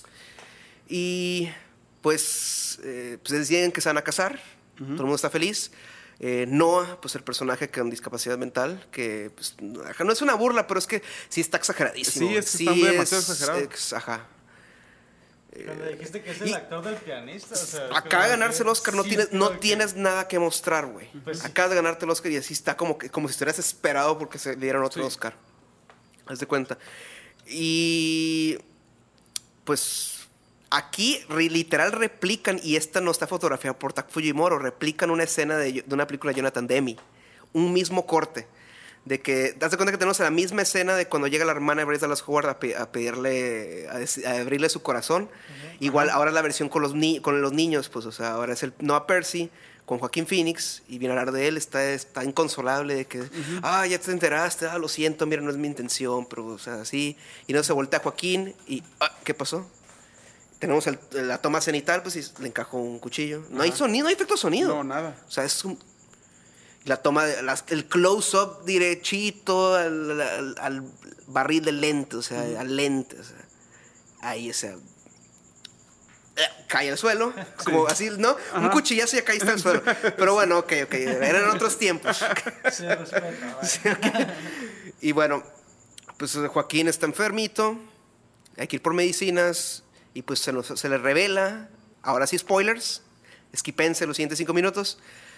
Y pues, eh, pues deciden que se van a casar, uh-huh. todo el mundo está feliz. Eh, Noah, pues el personaje con discapacidad mental, que pues, no es una burla, pero es que sí está exageradísimo. Sí, es que sí está es, demasiado exagerado. Es, ajá. Cuando dijiste que es el y, actor del pianista, o sea, acaba de ganarse el Oscar, no, sí, tienes, no tienes nada que mostrar, güey. Pues acabas sí. de ganarte el Oscar y así está como, que, como si estuvieras esperado porque se le dieran otro sí. Oscar. Haz de cuenta. Y pues aquí re, literal replican, y esta no está fotografiada por Tak Fujimori, replican una escena de, de una película de Jonathan Demme. Un mismo corte. De que, das de cuenta que tenemos la misma escena de cuando llega la hermana de Bryce Dallas Howard a, pe, a pedirle, a, a abrirle su corazón. Uh-huh. Igual, uh-huh. ahora es la versión con los, ni, con los niños, pues, o sea, ahora es el Noah Percy con Joaquín Phoenix, y viene a hablar de él, está, está inconsolable, de que, uh-huh. ah, ya te enteraste, ah, lo siento, mira, no es mi intención, pero, o sea, así. Y no se voltea a Joaquín, y, ah, ¿qué pasó? Tenemos el, la toma cenital, pues, y le encajó un cuchillo. No uh-huh. hay sonido, no hay efecto de sonido. No, nada. O sea, es un... La toma, de, las, el close-up derechito al, al, al barril de lente, o sea, uh-huh. al lente, o sea, ahí, o sea, eh, cae al suelo, sí. como así, ¿no? Uh-huh. Un cuchillazo y ya caíste al suelo. Pero bueno, ok, ok, eran otros tiempos. Sí, respeto, sí, okay. Y bueno, pues Joaquín está enfermito, hay que ir por medicinas, y pues se, nos, se le revela, ahora sí spoilers, esquipense los siguientes cinco minutos,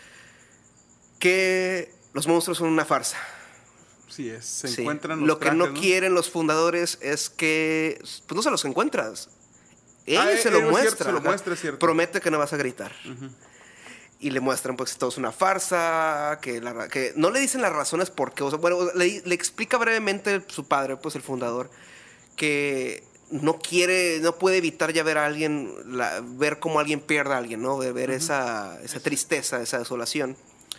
que los monstruos son una farsa. Sí, es, se sí. encuentran los Lo trajes, que no, ¿no? quieren los fundadores es que pues no se los encuentras. Él ah, se, lo muestra, cierto, se lo muestra. Cierto. Promete que no vas a gritar. Uh-huh. Y le muestran pues que todo es una farsa, que, la, que no le dicen las razones por qué. O sea, bueno, le, le explica brevemente su padre, pues el fundador, que no quiere, no puede evitar ya ver a alguien, la, ver cómo alguien pierde a alguien, ¿no? De ver uh-huh. esa, esa tristeza, esa desolación.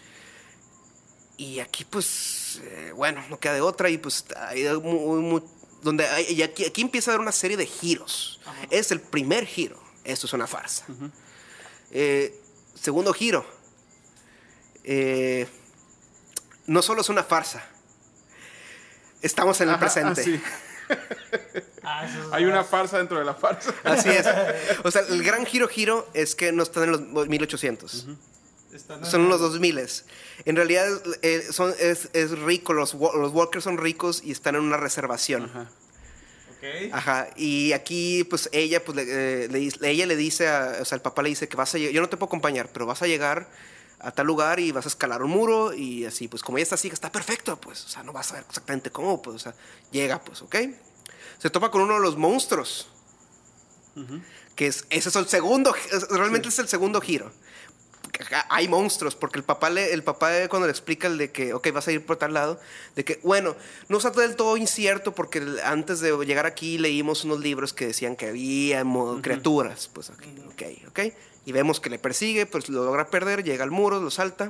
Y aquí, pues, eh, bueno, no queda de otra. Y pues, hay muy, muy, donde hay, y aquí, aquí empieza a haber una serie de giros. Ajá. Es el primer giro. Esto es una farsa. Uh-huh. Eh, segundo giro. Eh, no solo es una farsa. Estamos en el Ajá, presente. Ah, sí. ah, hay una farsa dentro de la farsa. Así es. O sea, el gran giro giro es que no están en los mil ochocientos. Uh-huh. Son los dos miles. En realidad eh, son, es, es rico, los, los walkers son ricos y están en una reservación. Ajá. Okay. Ajá. Y aquí, pues ella, pues, le, le, ella le dice, a, o sea, el papá le dice que vas a llegar, yo no te puedo acompañar, pero vas a llegar a tal lugar y vas a escalar un muro y así, pues como ella está así, está perfecto, pues, o sea, no vas a ver exactamente cómo, pues, o sea, llega, pues, ¿ok? Se topa con uno de los monstruos, uh-huh. que es, ese es el segundo, realmente sí. es el segundo giro. hay monstruos, porque el papá, le, el papá cuando le explica el de que, ok, vas a ir por tal lado, de que, bueno, no está del todo incierto porque antes de llegar aquí leímos unos libros que decían que había uh-huh. criaturas, pues, ok, uh-huh. ok, ok, y vemos que le persigue, pues lo logra perder, llega al muro, lo salta,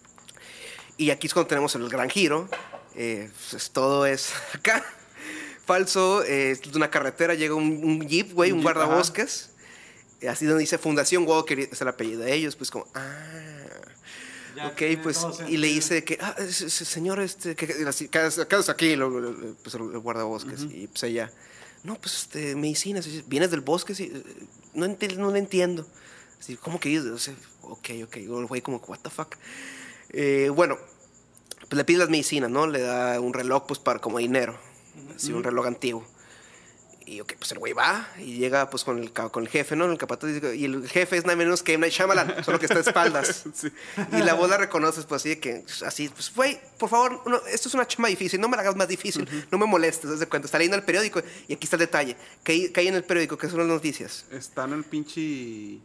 y aquí es cuando tenemos el gran giro, eh, pues todo es acá, falso, eh, es una carretera, llega un, un jeep, güey, un, un jeep, guardabosques, ajá. así donde dice Fundación Walker, es el apellido de ellos, pues como, ah, ya, ok, pues, y le dice que, ah, señor, este, que, que, ¿qué haces aquí? Lo, lo, pues el guardabosques, uh-huh. y pues ella, no, pues, este, medicinas, vienes del bosque, sí, no, ent- no le entiendo, así, ¿cómo que dices? O sea, ok, ok, el güey como, what the fuck, eh, bueno, pues le pide las medicinas, ¿no? Le da un reloj, pues, para, como dinero, uh-huh. así, un reloj antiguo. Y ok, pues el güey va y llega pues con el, con el jefe, ¿no? El capataz, y el jefe es nada menos que M. Night Shyamalan, solo que está de espaldas. Sí. Y la voz la reconoces, pues así de que, así, pues güey, por favor, no, esto es una chamba difícil, no me la hagas más difícil, uh-huh. no me molestes, haz de cuenta. Está leyendo el periódico y aquí está el detalle. ¿Qué hay, qué hay en el periódico? ¿Qué son las noticias? Está en el pinche...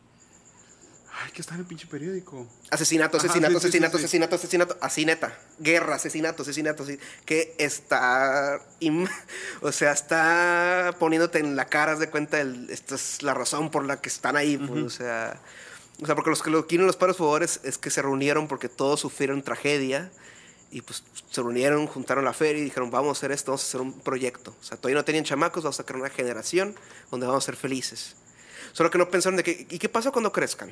Ay, ¿qué está en el pinche periódico? Asesinato, asesinato, Ajá, sí, asesinato, sí, sí, asesinato, sí. asesinato, así neta. Guerra, asesinato, asesinato, así. Que está... Im- o sea, está poniéndote en la cara, haz de cuenta, el, esta es la razón por la que están ahí, pues, uh-huh. o sea... O sea, porque los que lo quieren los padres favores es que se reunieron porque todos sufrieron tragedia y pues se reunieron, juntaron la feria y dijeron, vamos a hacer esto, vamos a hacer un proyecto. O sea, todavía no tenían chamacos, vamos a crear una generación donde vamos a ser felices. Solo que no pensaron de que, ¿y qué pasa cuando crezcan?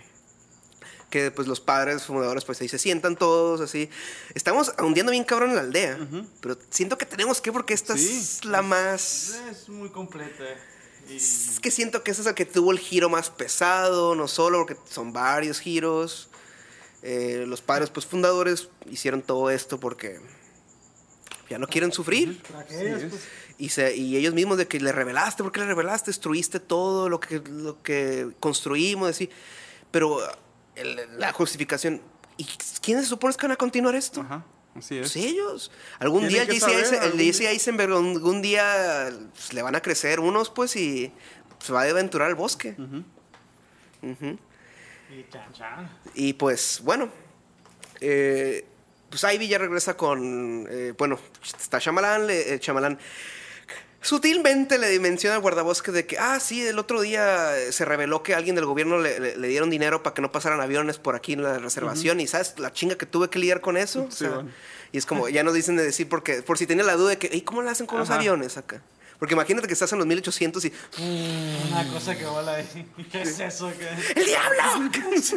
Que pues los padres fundadores pues ahí se sientan todos así. Estamos hundiendo bien cabrón en la aldea, uh-huh. pero siento que tenemos que porque esta sí. es la más... Es muy completa. Y... Es que siento que ese es el que tuvo el giro más pesado, no solo porque son varios giros. Eh, los padres pues fundadores hicieron todo esto porque ya no quieren sufrir. Uh-huh. Sí, y, se, y ellos mismos de que le revelaste, ¿por qué le revelaste? Destruiste todo lo que, lo que construimos, así. Pero... El, la justificación. ¿Y quiénes se supone que van a continuar esto? Ajá, así es. Pues ellos. Algún día el J C Eisenberg, algún día pues, le van a crecer unos, pues, y se va a aventurar al bosque. Uh-huh. Uh-huh. Y chan, chan. Y pues, bueno. Eh, pues Ivy ya regresa con. Eh, bueno, está Shyamalan. Eh, Shyamalan sutilmente le menciona al guardabosques de que, ah, sí, el otro día se reveló que alguien del gobierno le, le, le dieron dinero para que no pasaran aviones por aquí en la reservación. Uh-huh. Y ¿sabes la chinga que tuve que lidiar con eso? Sí, o sea, bueno. Y es como, ya nos dicen de decir, porque por si tenía la duda de que, ¿y cómo lo hacen con Ajá. los aviones acá? Porque imagínate que estás en los mil ochocientos y... Una cosa que vola ahí. ¿Qué es eso? ¿Qué? ¡El diablo!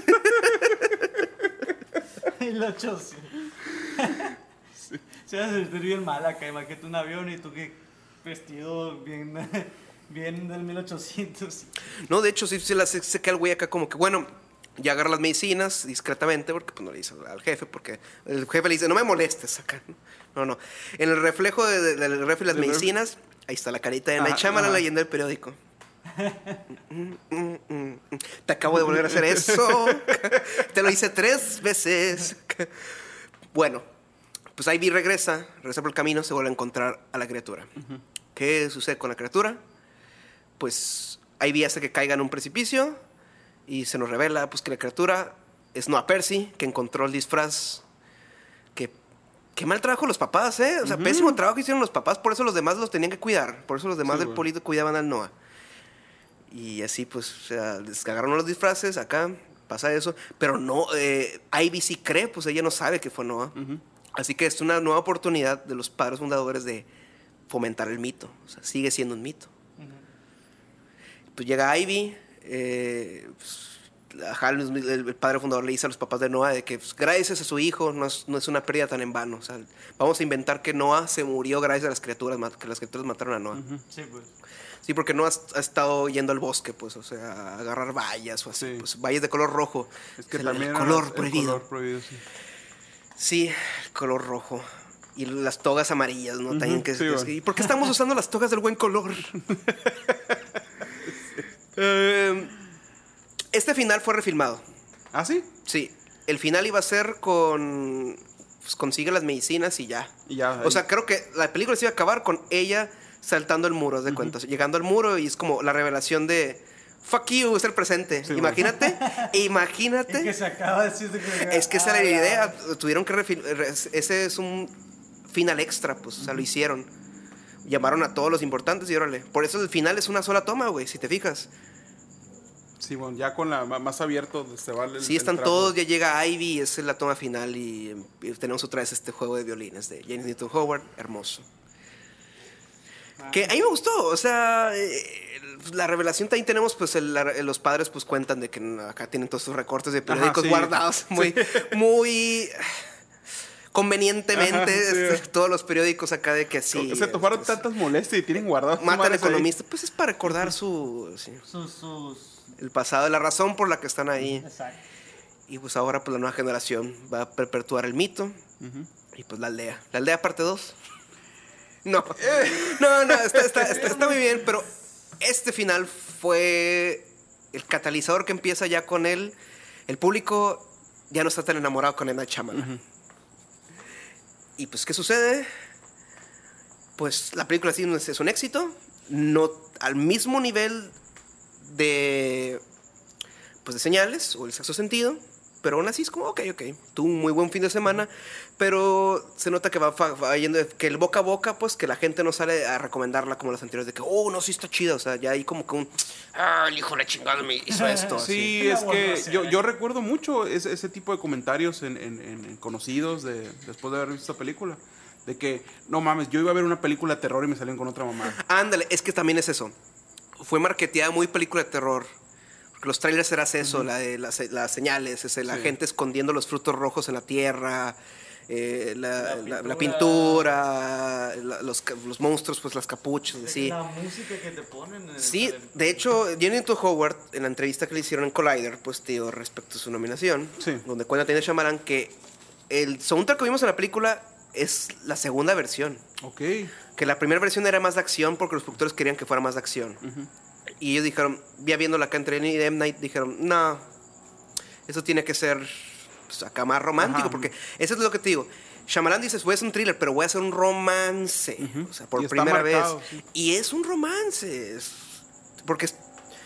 mil ochocientos. Sí. Se va a sentir bien mal acá. Imagínate un avión y tú que... vestido bien, bien del mil ochocientos. No, de hecho, sí se, se, se queda el güey acá como que, bueno, ya agarra las medicinas discretamente, porque pues no le dice al jefe, porque el jefe le dice, no me molestes acá. No, no. En el reflejo de, de, del refri las medicinas, ahí está la carita de Night Shyamalan leyendo el periódico. mm, mm, mm, mm. Te acabo de volver a hacer eso. Te lo hice tres veces. Bueno. Pues Ivy regresa, regresa por el camino, se vuelve a encontrar a la criatura. Uh-huh. ¿Qué sucede con la criatura? Pues Ivy hace que caiga en un precipicio y se nos revela pues, que la criatura es Noah Percy, que encontró el disfraz. Que, qué mal trabajo los papás, ¿eh? O sea, uh-huh. pésimo trabajo hicieron los papás, por eso los demás los tenían que cuidar. Por eso los demás sí, del bueno. polito cuidaban al Noah. Y así pues, o sea, les agarraron los disfraces, acá pasa eso. Pero no, eh, Ivy sí cree, pues ella no sabe que fue Noah. Uh-huh. Así que es una nueva oportunidad de los padres fundadores de fomentar el mito. O sea, sigue siendo un mito. Uh-huh. Pues llega Ivy. Eh, pues, ajá, el, el padre fundador le dice a los papás de Noah de que pues, gracias a su hijo no es, no es una pérdida tan en vano. O sea, vamos a inventar que Noah se murió gracias a las criaturas, que las criaturas mataron a Noah. Uh-huh. Sí, pues. Sí, porque Noah ha, ha estado yendo al bosque, pues, o sea, a agarrar bayas o así. Sí. Pues, bayas de color rojo. Es que el, también el color el prohibido. color prohibido, sí. Sí, el color rojo. Y las togas amarillas, ¿no? Uh-huh, También que, sí, que, bueno. ¿Y por qué estamos usando las togas del buen color? uh, este final fue refilmado. ¿Ah, sí? Sí. El final iba a ser con... Pues consigue las medicinas y ya. Y ya. O sea, creo que la película se iba a acabar con ella saltando el muro, ¿de uh-huh. cuenta? Llegando al muro y es como la revelación de... Fuck you, es el presente. Sí, imagínate, Y imagínate. que se acaba de decir que... Es que esa era la Ah, idea. Tuvieron que refil- re- ese es un final extra, pues, o sea, lo hicieron. Llamaron a todos los importantes y órale. Por eso el final es una sola toma, güey, si te fijas. Sí, bueno, ya con la ma- más abierto se va el Sí, están el trapo. todos, ya llega Ivy, esa es la toma final y, y tenemos otra vez este juego de violines de James Newton Howard, hermoso. Que a mí me gustó, o sea, eh, la revelación también tenemos, pues el- la- los padres pues cuentan de que acá tienen todos sus recortes de periódicos sí. guardados muy, muy convenientemente, Ajá, sí. este, todos los periódicos acá de que sí. Se tomaron este, tantas molestias y tienen guardados. matan economistas, pues es para recordar su, sí, Sus, sus... el pasado, la razón por la que están ahí. Exacto. Y pues ahora pues la nueva generación va a perpetuar el mito. Y pues la aldea. ¿La aldea parte dos? No. No, no, está, está, está, está muy bien, pero este final fue el catalizador que empieza ya con él. El público ya no está tan enamorado con M. Night Shyamalan. Y pues, ¿qué sucede? Pues la película sí es un éxito. No al mismo nivel de pues de señales o el sexto sentido, pero aún así es como ok, ok, tuvo un muy buen fin de semana, pero se nota que va, va, va yendo, que el boca a boca, pues que la gente no sale a recomendarla como las anteriores de que oh, no, sí está chida, o sea, ya hay como que un ah, el hijo de la chingada me hizo esto. Sí, así. es Una que buena yo, serie. yo recuerdo mucho ese, ese tipo de comentarios en, en- en conocidos de, después de haber visto esta película. De que, no mames, yo iba a ver una película de terror y me salieron con otra mamá. Ándale, es que también es eso. Fue marketeada muy película de terror. Porque los trailers eran eso, la de las, las señales, ese, la Sí. gente escondiendo los frutos rojos en la tierra, eh, la, La la- la pintura. pintura, la- los, ca- los monstruos, pues las capuchas, así. La música que te ponen en el Sí, trailer. de hecho, James Newton Howard, en la entrevista que le hicieron en Collider, pues tío, respecto a su nominación, Sí. donde cuenta tiene Shyamalan que el soundtrack que vimos en la película es la segunda versión. Ok. Que la primera versión era más de acción porque los productores querían que fuera más de acción. Y ellos dijeron, ya viéndola acá entre él y M. Night, dijeron, no, eso tiene que ser pues, acá más romántico, Ajá. porque eso es lo que te digo. Shyamalan dice, voy a hacer un thriller, pero voy a hacer un romance. O sea, por Y está primera marcado, vez. sí. Y es un romance. es- porque es,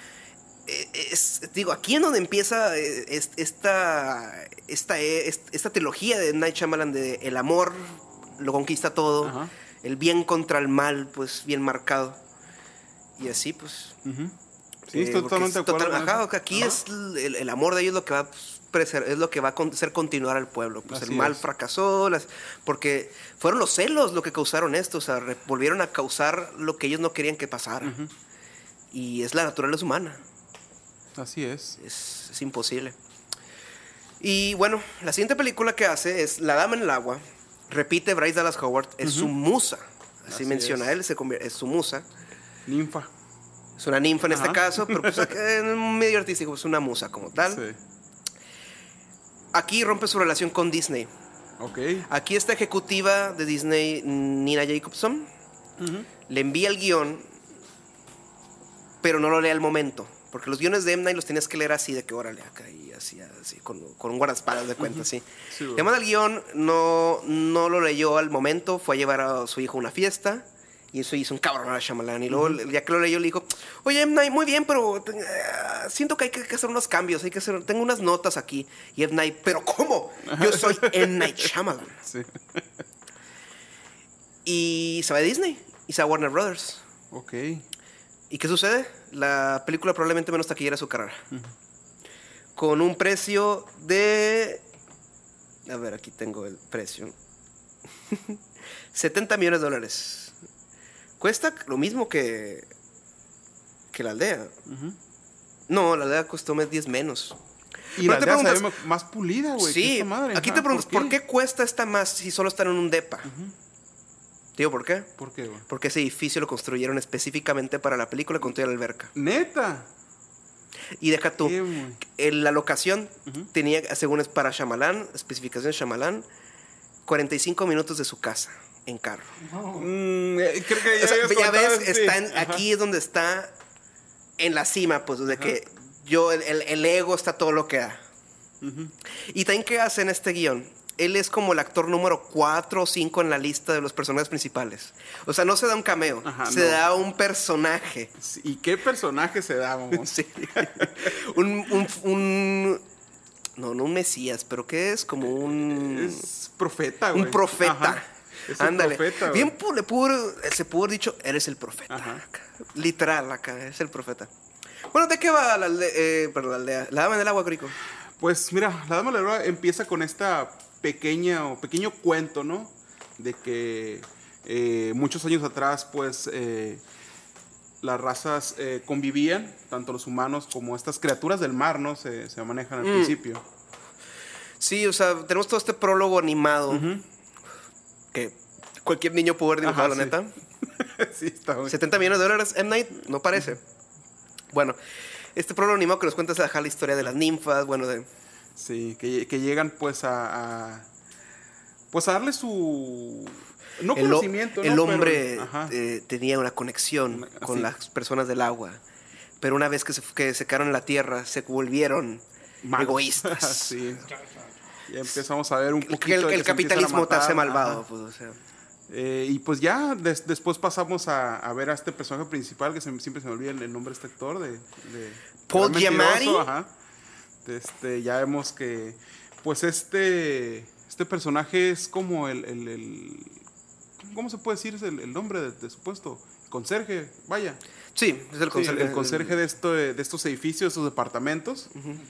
es- digo, aquí es donde empieza eh, es- esta, esta, eh, es- esta trilogía de Night Shyamalan de el amor lo conquista todo, Ajá. el bien contra el mal, pues bien marcado. Y así, pues. Ujú. Sí, eh, estoy porque totalmente de es acuerdo. total- con ajá, eso. que aquí Ajá. es el, el amor de ellos lo que va a preser- es lo que va a con- hacer continuar al pueblo. Pues Así el mal es. fracasó, las, porque fueron los celos lo que causaron esto, o sea, re- volvieron a causar lo que ellos no querían que pasara. Y es la naturaleza humana. Así es. Es, es imposible. Y bueno, la siguiente película que hace es La Dama en el Agua. Repite Bryce Dallas Howard, es su musa. Así, Así menciona es. él, se convier- es su musa. Ninfa. Es una ninfa en este Ajá. caso, pero pues acá en un medio artístico es una musa como tal. Sí. Aquí rompe su relación con Disney. Ok. Aquí esta ejecutiva de Disney, Nina Jacobson, le envía el guión, pero no lo lee al momento. Porque los guiones de M. Night los tenías que leer así, de que órale, acá y así, así con, con un guardaespaldas de cuenta, así. Sí, güey. Le manda el guión, no, no lo leyó al momento, fue a llevar a su hijo a una fiesta. Y eso hizo un cabrón a Shyamalan. Y luego, ya que lo leyó, le dijo, oye, M. Night, muy bien, pero eh, siento que hay que, que hacer unos cambios. Hay que hacer, tengo unas notas aquí. Y M. Night, ¿pero cómo? Yo soy M. Night Shyamalan. Sí. Y se va de Disney. Y se va a Warner Brothers. Ok. ¿Y qué sucede? La película probablemente menos taquillera de su carrera. Con un precio de... A ver, aquí tengo el precio. setenta millones de dólares. Cuesta lo mismo que... Que la aldea. No, la aldea costó diez menos. Y Pero la te aldea se ve preguntas- más pulida, güey. que Sí, esta madre. aquí Ajá, te preguntas, ¿por qué? cuesta esta más si solo están en un depa? ¿Te digo por qué? ¿Por qué, güey? Porque ese edificio lo construyeron específicamente para la película con toda la alberca. Neta. Y deja tú, Qué, güey. en la locación tenía, según es para Shyamalan, especificaciones Shyamalan, cuarenta y cinco minutos de su casa en carro. Mm, eh, creo que ya, O sea, habías ya contado, ves, sí. está en- Ajá. aquí es donde está en la cima, pues, de que yo, el, el- el ego está todo lo que da. Y también, ¿qué hace en este guión? él es como el actor número cuatro o cinco en la lista de los personajes principales. O sea, no se da un cameo, Ajá, se no. da un personaje. Sí, ¿y qué personaje se da, vamos? Sí. un, un, un... No, no un mesías, pero ¿qué es? Como un... Es profeta, güey. Un profeta. Ajá. Es el Ándale. profeta, güey. Bien pu- le pudo, se pudo haber dicho, eres el profeta. Ajá. Acá. Literal, acá, es el profeta. Bueno, ¿de qué va la aldea? Eh, perdón, la aldea. La dama del agua, Crico. Pues mira, la Dama de la Aurora empieza con esta pequeña o pequeño cuento, ¿no? De que eh, muchos años atrás, pues, eh, las razas eh, convivían, tanto los humanos como estas criaturas del mar, ¿no? Se, se manejan al Mm. principio. Sí, o sea, tenemos todo este prólogo animado Ujú. que cualquier niño puede haber dibujado, Ajá, la sí. neta. Sí, está muy... setenta millones de dólares, M. Night, no parece. Bueno, este prólogo animado que nos cuenta es la la historia de las ninfas, bueno, de... Sí, que, que llegan pues a, a- pues a darle su no el, o- conocimiento, ¿no? el hombre Pero, ajá. eh, tenía una conexión Una- con sí. las personas del agua, pero una vez que se, que se quedaron en la tierra se volvieron Malos. egoístas. Sí. Y empezamos a ver un Que poquito el, de el que se empiezan a capitalismo te hace matar, malvado, ajá. pues, o sea. Eh, y pues ya des- después pasamos a, a ver a este personaje principal que se- siempre se me olvida el, el nombre de este actor de, de Paul Gran Mentiroso, Giamatti. ajá. Este, ya vemos que pues este este personaje es como el, el- el- ¿cómo se puede decir? Es el, el nombre de, de su puesto, conserje, vaya. Sí, es el Sí, conserje. el conserje de, esto, de estos edificios, de estos departamentos.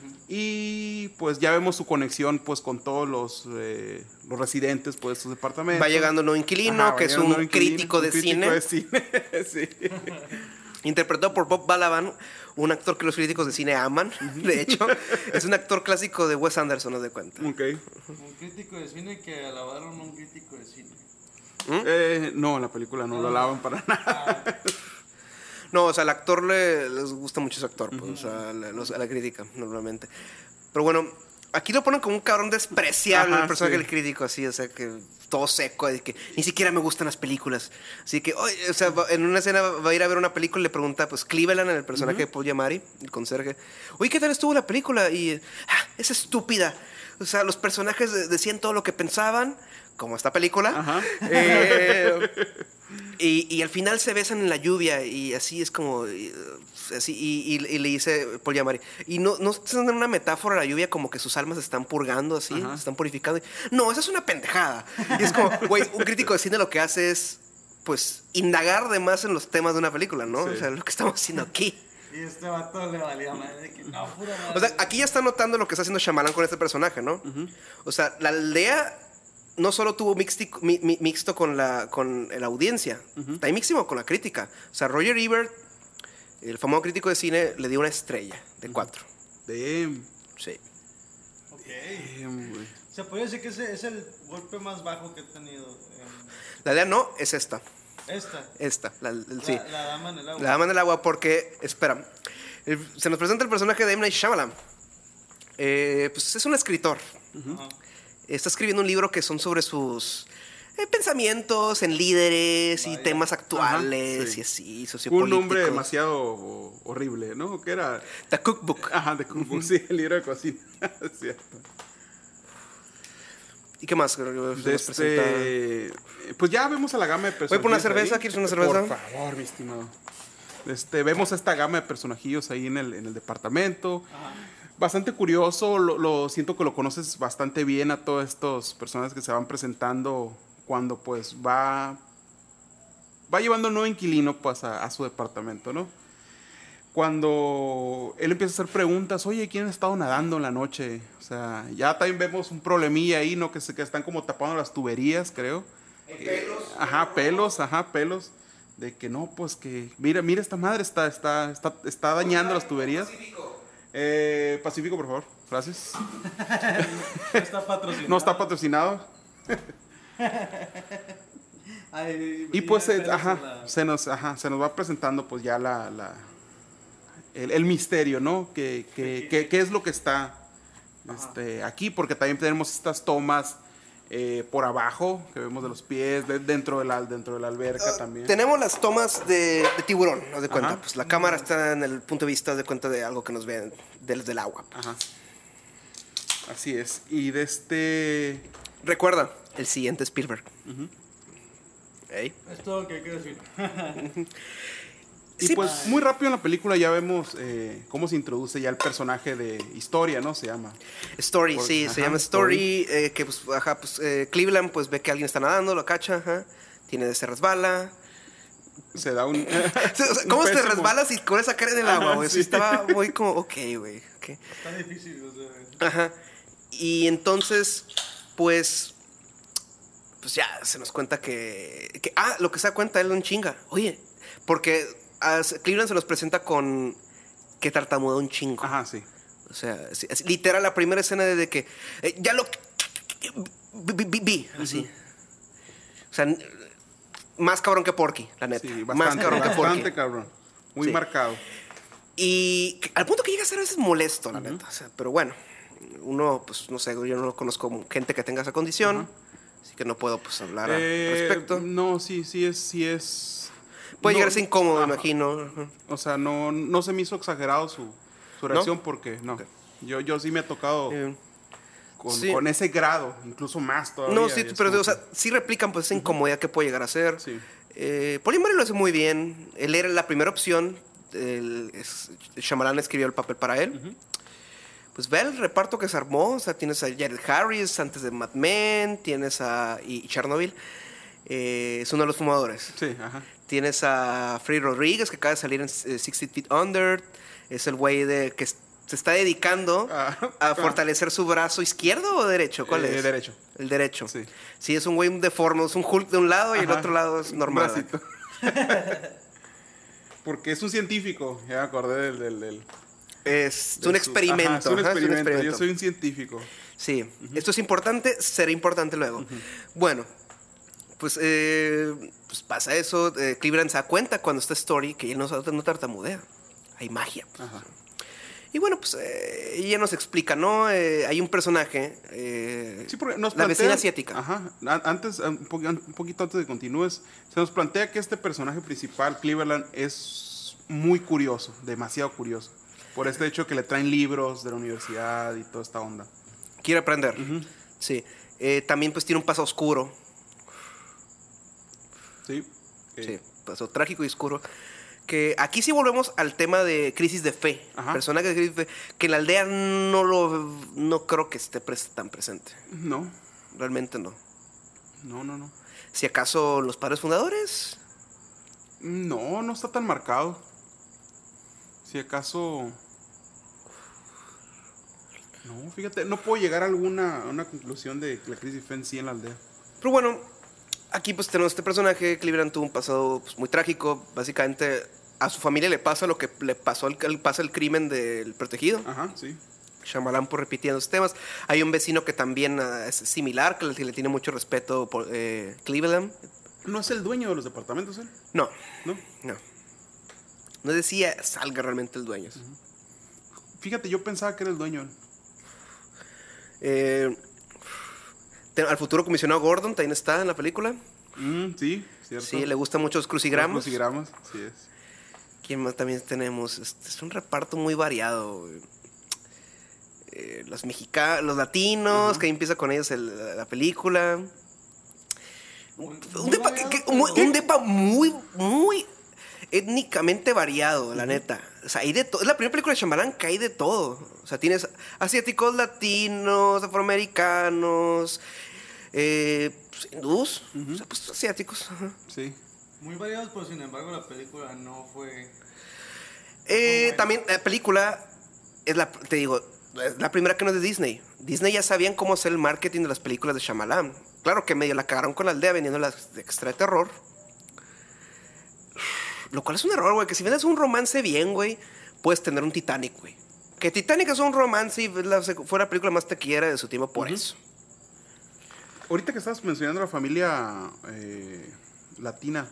Y pues ya vemos su conexión pues con todos los, eh, los residentes pues, de estos departamentos. Va llegando un nuevo inquilino, Ajá, va que es llegando un un inquilino, crítico un de crítico cine, de cine. Sí. interpretado por Bob Balaban, un actor que los críticos de cine aman, de hecho. Es un actor clásico de Wes Anderson, ¿no de cuenta? Ok. Un crítico de cine que alabaron a un crítico de cine. Eh, no, la película no lo alaban para nada. No, o sea, al actor le, les gusta mucho ese actor, pues, o sea, la- los- a la crítica, normalmente. Pero bueno, aquí lo ponen como un cabrón despreciable, Ajá, el personaje sí. del crítico, así, o sea, que todo seco, de que ni siquiera me gustan las películas. Así que, oye, o sea, va- en una escena va a ir a ver una película y le pregunta, pues, Cleveland, el personaje de Paul Giamatti, el conserje, oye, ¿qué tal estuvo la película? Y, ah, es estúpida. O sea, los personajes de- decían todo lo que pensaban, como esta película. Ajá. Eh, y, y al final se besan en la lluvia y así es como y, así y, y- y le dice Paul Giamatti y no no es una metáfora la lluvia como que sus almas se están purgando así, Ajá. se están purificando. No, esa es una pendejada. Y es como, güey, un crítico de cine lo que hace es pues indagar de más en los temas de una película, ¿no? Sí. O sea, lo que estamos haciendo aquí. Y este vato le valía madre de que no, pura madre. O sea, aquí ya está notando lo que está haciendo Shyamalan con este personaje, ¿no? O sea, la aldea no solo tuvo mixti- mi- mi- mixto con la, con la audiencia, también mixto con la crítica. O sea, Roger Ebert, el famoso crítico de cine, le dio una estrella de cuatro. Damn. Sí. Ok. Damn, güey. Se puede decir que ese es el golpe más bajo que he tenido. en La aldea no, es esta. esta. Esta, la, el- La, sí. la dama en el agua. La dama en el agua porque, espera, el- se nos presenta el personaje de M. Night Shyamalan. Eh, pues es un escritor. Ajá. Está escribiendo un libro que son sobre sus eh, pensamientos en líderes y Vaya. temas actuales Ajá, sí. y así, Un sociopolíticos. nombre demasiado o- horrible, ¿no? Que era. The Cookbook. Ajá, de Cookbook, sí, el libro de cocina. Es cierto. ¿Y qué más? Se nos De presenta? este, pues ya vemos a la gama de personajes. ¿Voy por una cerveza? ¿Quieres una cerveza? Por favor, mi estimado. Este, vemos a esta gama de personajillos ahí en el, en el departamento. Bastante curioso, lo, lo- siento que lo conoces bastante bien a todos estos personajes que se van presentando cuando pues va va llevando un nuevo inquilino pues a, a su departamento, ¿no? Cuando él empieza a hacer preguntas, oye, ¿quién ha estado nadando en la noche? O sea, ya también vemos un problemilla ahí, ¿no? Que, se, que están como tapando las tuberías, creo. Pelos. Ajá, pelos, ajá, pelos. De que no, pues que, mira, mira esta madre, está, está, está, está dañando las tuberías. Eh, Pacífico, por favor, gracias. No está patrocinado. No está patrocinado. Ay, Y pues, eh, pero ajá, la- se nos, ajá, se nos va presentando pues ya la, la el, el misterio, ¿no? Que, que, que- qué es lo que está este, aquí, porque también tenemos estas tomas eh, por abajo, que vemos de los pies, de- dentro, de la, dentro de la alberca también. Tenemos las tomas de, de tiburón, haz de cuenta. Ajá. Pues la cámara está en el punto de vista, haz de cuenta de algo que nos ve desde el agua. Ajá. Así es. Y de este... Recuerda, el siguiente Spielberg. Ujú. Ey. Es todo lo que hay que decir. Y Sí, pues muy rápido en la película ya vemos eh, cómo se introduce ya el personaje de Historia, ¿no? Se llama. Story, Por- sí, ajá, se llama Story. eh, que pues, ajá, pues eh, Cleveland pues ve que alguien está nadando, lo cacha, ajá. Tiene se resbala. Se da un... O sea, un ¿cómo te pésimo- resbalas y con esa cara en el agua, Ajá, güey? Sí. sí. Estaba muy como, ok, güey. Okay. Está difícil, o sea. Ajá. Y entonces, pues. Pues ya se nos cuenta que. que ah, lo que se da cuenta él un chinga. Oye, porque a Cleveland se nos presenta con. Que tartamudea un chingo. Ajá, sí. O sea, es, es literal la primera escena de que. eh, ya lo. Vi, vi- vi- vi, así. O sea, n- más cabrón que Porky, la neta. Sí, más bastante, cabrón que bastante Porky. cabrón. Muy Sí. marcado. Y que- al punto que llega a ser a veces molesto, la neta. O sea, pero bueno, uno, pues no sé, yo no conozco gente que tenga esa condición. Ajá. Así que no puedo, pues, hablar al Eh, respecto. No, sí, sí es... Sí es Puede no, llegar a ser incómodo, ajá. me imagino. Ajá. O sea, no, no se me hizo exagerado su, su reacción porque no. Yo, yo sí me ha tocado Eh, con, sí. con ese grado, incluso más todavía. no, sí, y es pero como o sea, que- sí replican pues esa incomodidad que puede llegar a ser. Sí. Eh, Paul Murray lo hace muy bien. Él era la primera opción. El, es, Shyamalan escribió el papel para él. Pues ve el reparto que se armó. O sea, tienes a Jared Harris antes de Mad Men. Tienes a. Y, y Chernobyl. Eh, es uno de los fumadores. Sí, ajá. Tienes a Freddy Rodríguez, que acaba de salir en eh, sixty Feet Under. Es el güey de que s- se está dedicando Ah, a ah. fortalecer su brazo izquierdo o derecho. ¿Cuál Eh, es? derecho. El derecho. Sí. Sí, es un güey deforme. Es un Hulk de un lado y el Ajá. otro lado es Un normal. bracito. Porque es un científico. Ya me acordé del... del, del- Es de un su- experimento. ajá, es un ajá, es un experimento. Yo experimento. soy un científico. Sí, esto es importante, será importante luego. Bueno, pues, eh, pues pasa eso. eh, Cleveland se da cuenta cuando está Story que él no, no tartamudea. Hay magia. Ajá. Y bueno, pues eh, ella nos explica, ¿no? Eh, hay un personaje, eh, Sí, porque nos la plantea- vecina asiática. Ajá. A- Antes, un, po- un poquito antes de que continúes, se nos plantea que este personaje principal, Cleveland, es muy curioso, demasiado curioso. Por este hecho que le traen libros de la universidad y toda esta onda. Quiere aprender. Sí. Eh, también pues tiene un paso oscuro. Sí. Sí, Eh, paso trágico y oscuro. Que aquí sí volvemos al tema de crisis de fe. Ajá. Personaje de crisis de fe. Que en la aldea no lo no creo que esté pres- tan presente. No, Realmente no. no, no, no. Si acaso los padres fundadores. No, no está tan marcado. Si acaso... No, fíjate, no puedo llegar a alguna a una conclusión de la crisis de fe en sí en la aldea. Pero bueno, aquí pues tenemos este personaje. Cleveland tuvo un pasado pues, muy trágico. Básicamente a su familia le pasa lo que le pasó al al- pasa el crimen del protegido. Ajá, sí. Shyamalan por repitiendo los temas. Hay un vecino que también ah, es similar, que le, que le tiene mucho respeto por eh, Cleveland. ¿No es el dueño de los departamentos él? No, ¿No? no. No decía salga realmente el dueño. Fíjate, yo pensaba que era el dueño. Eh, te- al futuro comisionado Gordon también está en la película. Mm, sí, cierto. Sí, le gustan mucho los crucigramas. Los crucigramas, sí es. ¿Quién más también tenemos? Este, es un reparto muy variado. güey. Eh, los mexicanos, los latinos, Ajá. que ahí empieza con ellos el- la película. Muy- Un muy depa, variado, que- que- pero- muy- un depa muy, muy étnicamente variado, la neta. O sea, hay de todo. Es la primera película de Shyamalan que hay de todo. O sea, tienes asiáticos, latinos, afroamericanos, eh, pues, hindús, o sea, pues asiáticos. ajá. Sí. Muy variados, pero sin embargo la película no fue... Eh, bueno. También la película es la, te digo, es la primera que no es de Disney. Disney ya sabían cómo hacer el marketing de las películas de Shyamalan. Claro que medio la cagaron con la aldea vendiendo las de extra de terror. Lo cual es un error, güey. Que si vendes un romance bien, güey, puedes tener un Titanic, güey. Que Titanic es un romance y es la, fue la película más taquillera de su tiempo por Ujú. eso. Ahorita que estabas mencionando la familia eh, latina,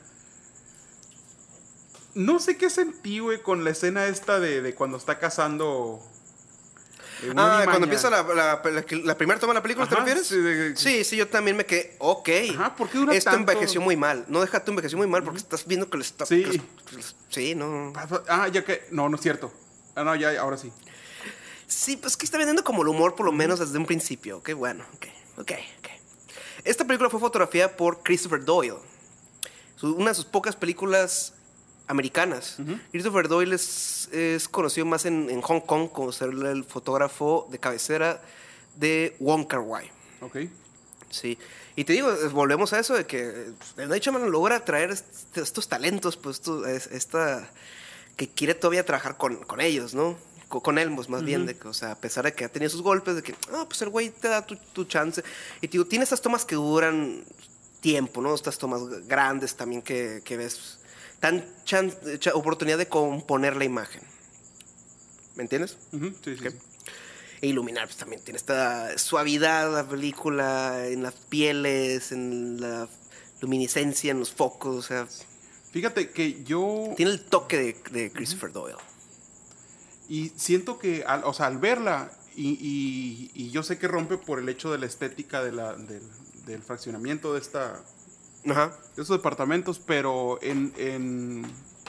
no sé qué sentí, güey, con la escena esta de, de cuando está cazando. eh, una Ah, limaña. cuando empieza la, la, la, la primera toma de la película, ¿te Ajá, refieres? sí, de- Sí, sí, yo también me quedé, ok. Ajá, ¿por qué dura Esto tanto? envejeció muy mal. No, déjate, envejeció muy mal porque estás viendo que le está... Sí. que les- sí, no... Ah, ya que. No, no es cierto. Ah, no, ya, ahora sí. Sí, pues que está vendiendo como el humor por lo menos desde un principio. Ok, bueno, ok, ok, ok. Esta película fue fotografiada por Christopher Doyle. Su- Una de sus pocas películas americanas. Ujú. Christopher Doyle es, es conocido más en, en Hong Kong como ser el fotógrafo de cabecera de Wong Kar-wai. Ok. Sí. Y te digo, eh, volvemos a eso de que pues, M. Night Shyamalan logra traer est- estos talentos, pues esto, es- esta que quiere todavía trabajar con, con ellos, ¿no? Co- Con él, pues, más bien, de que, o sea, a pesar de que ha tenido sus golpes, de que, ah, pues el güey te da tu, tu chance. Y te digo, tiene estas tomas que duran tiempo, ¿no? Estas tomas grandes también que, que ves. Dan chan- cha- oportunidad de componer la imagen. ¿Me entiendes? Ujú, sí, sí, Ok. sí. E iluminar, pues también tiene esta suavidad la película, en las pieles, en la luminiscencia, en los focos, o sea, Fíjate que yo... tiene el toque de, de Christopher Doyle. Y siento que, al, o sea, al verla, y, y- y yo sé que rompe por el hecho de la estética de la, del, del fraccionamiento de, esta, Ajá. de esos departamentos, pero en, en,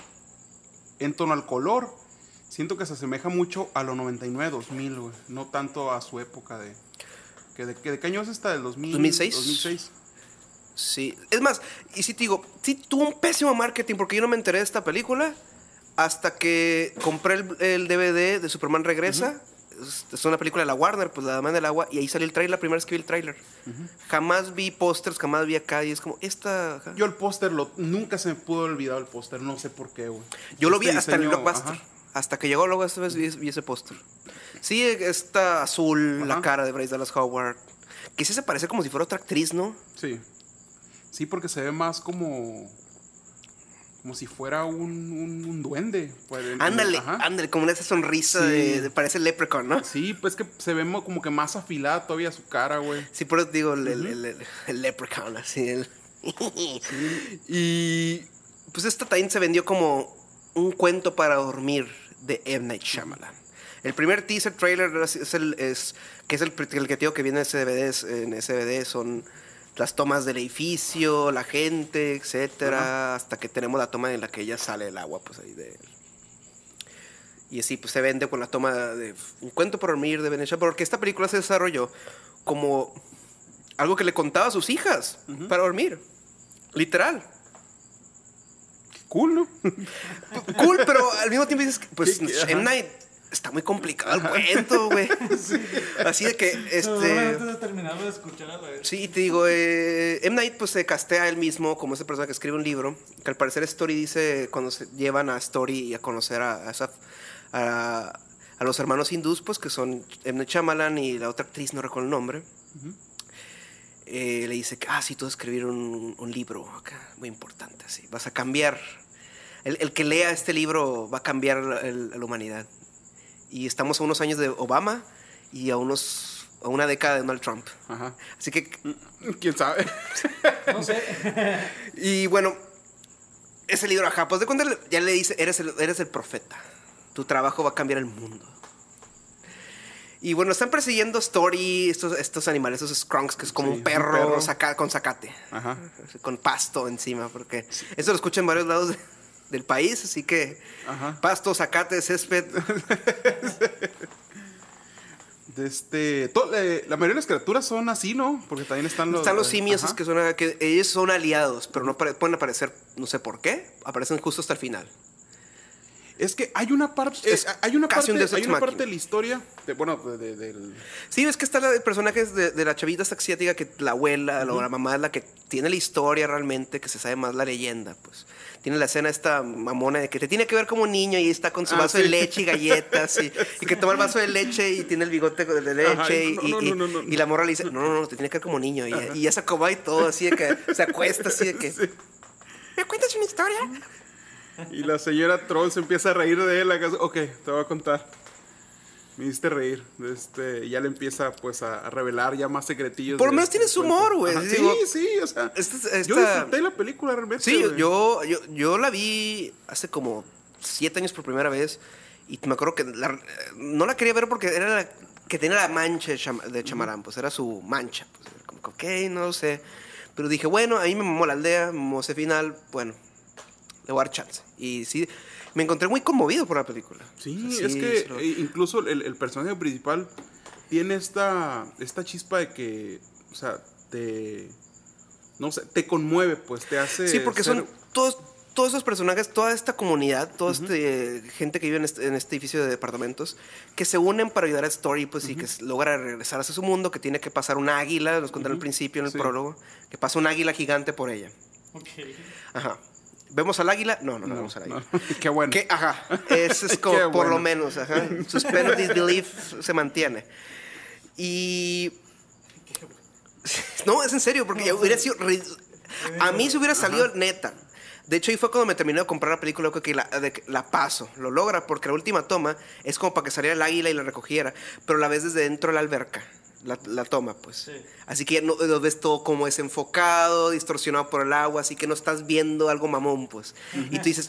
en tono al color, siento que se asemeja mucho a los noventa y nueve, dos mil, güey. No tanto a su época de... Que de, que ¿De qué año es esta? ¿Del dos mil? ¿dos mil seis? dos mil seis. Sí, es más, y si te digo, sí tuvo un pésimo marketing porque yo no me enteré de esta película hasta que compré el, el D V D de Superman Regresa. es, es una película de la Warner, pues La Dama del Agua, y ahí salió el trailer, la primera vez que vi el trailer. Jamás vi pósters, jamás vi acá, y es como, esta... ajá. Yo el póster, lo, nunca se me pudo olvidar el póster, no sé por qué, güey. Yo lo Este vi hasta en el diseño, Blockbuster. ajá. Hasta que llegó luego esta vez vi, vi ese póster. Sí, está azul, Ajá. la cara de Bryce Dallas Howard. Que sí se parece como si fuera otra actriz, ¿no? Sí. Sí, porque se ve más como... Como si fuera un, un, un duende. Pues, en- Ándale, ajá. ándale, como esa sonrisa Sí. de, de- parece Leprechaun, ¿no? Sí, pues que se ve mo- como que más afilada todavía su cara, güey. Sí, por eso digo el, el, el, el- el Leprechaun, así. El... Y pues esta también se vendió como un cuento para dormir de M. Night Shyamalan. El primer teaser trailer es es el, es, que es el, el que te digo que viene en ese D V D, es- en ese D V D son las tomas del edificio, la gente, etcétera, hasta que tenemos la toma en la que ya sale el agua, pues ahí de... Y así, pues se vende con la toma de un cuento para dormir de Venecia, porque esta película se desarrolló como algo que le contaba a sus hijas para dormir. Literal. Cool, ¿no? Cool, pero al mismo tiempo dices, que, pues, ¿Qué- qué? Ajá. M. Night está muy complicado el cuento, güey. Así de que, este... Seguramente de terminarlo de escuchar a la vez. Sí, te digo, eh, M. Night pues se castea a él mismo como esa persona que escribe un libro, que al parecer Story dice, cuando se llevan a Story y a conocer a, a, esa- a, a los hermanos hindús, pues que son M. Night Shyamalan y la otra actriz, no recuerdo el nombre, eh, le dice que, ah, sí, tú vas a escribir un, un libro acá, muy importante, así, vas a cambiar, el, el que lea este libro va a cambiar la, el- la humanidad. Y estamos a unos años de Obama y a unos a una década de Donald Trump. Ajá. Así que, ¿Quién sabe? No sé. y bueno, ese libro, ajá, pues de cuenta ya le dice, eres el, eres el profeta. Tu trabajo va a cambiar el mundo. Y bueno, están persiguiendo Story, estos, estos animales, estos skunks, que es como Sí, un un perro, perro. saca- con zacate, Ajá. con pasto encima, porque eso lo escucho en varios lados de- del país, así que Ajá. pasto, zacate, césped. De este, to- eh, la mayoría de las criaturas son así, ¿no? Porque también están los... Están los simios, ajá. es que, son, que ellos son aliados, pero no pare- pueden aparecer, no sé por qué, aparecen justo hasta el final. Es que hay una parte, Es eh, hay una casi parte, un Deus hay Ex una Machina. parte de la historia, de, bueno, de, de- del... Sí, ves que está la- el personaje de, de la chavita esta asiática, que la abuela o la mamá es la que tiene la historia realmente, que se sabe más la leyenda, pues. Tiene la escena esta mamona de que te tiene que ver como un niño y está con su Ah, vaso sí. de leche y galletas y, y que toma el vaso de leche y tiene el bigote de leche Ajá, y, no, y- no, y- no, no, no. y la morra le dice, no, no, no, te tiene que ver como niño. Y, y ya se acomoda y todo, así de que se acuesta, así de que... ¿Me cuentas una historia? Y la señora Troll se empieza a reír de él. acá, Ok, te voy a contar. Me hiciste reír. Este, ya le empieza pues a, a revelar ya más secretillos. Por lo de- menos tiene del su cuento. humor, güey. Ajá, Digo, sí, sí, o sea. esta- Yo esta- disfruté la película realmente. Sí, güey. yo, yo, yo la vi hace como siete años por primera vez y me acuerdo que la- no la quería ver porque era la que tenía la mancha de, Cham- de Chamarán, pues era su mancha. Pues, era como que, ok, no lo sé. Pero dije, bueno, ahí me mamó la aldea, me mamó ese final, bueno, le voy a dar chance. Y sí, me encontré muy conmovido por la película. Sí, O sea, es sí, que se lo- eh, incluso el, el personaje principal tiene esta, esta chispa de que, o sea, te, no sé, te conmueve, pues, te hace... Sí, porque ser... son todos, todos esos personajes, toda esta comunidad, toda uh-huh. este, gente que vive en este, en este edificio de departamentos, que se unen para ayudar a Story, pues, uh-huh. y que logra regresar hacia su mundo, que tiene que pasar un águila, nos contaron uh-huh. al principio en el sí. prólogo, que pasa un águila gigante por ella. Ok. Ajá. ¿Vemos al águila? No, no, no, no vemos al águila. No. Qué bueno. Que, ajá. Eso es como, por bueno. lo menos, ajá. Suspend disbelief se mantiene. Y... No, es en serio, porque no, ya hubiera sido... A mí se hubiera salido ajá. neta. De hecho, ahí fue cuando me terminé de comprar la película, que la, de, la paso, lo logra, porque la última toma es como para que saliera el águila y la recogiera, pero la ves desde dentro de la alberca, la, la toma, pues. Sí. Así que no, lo ves todo como desenfocado, distorsionado por el agua, así que no estás viendo algo mamón, pues. Uh-huh. Y tú dices,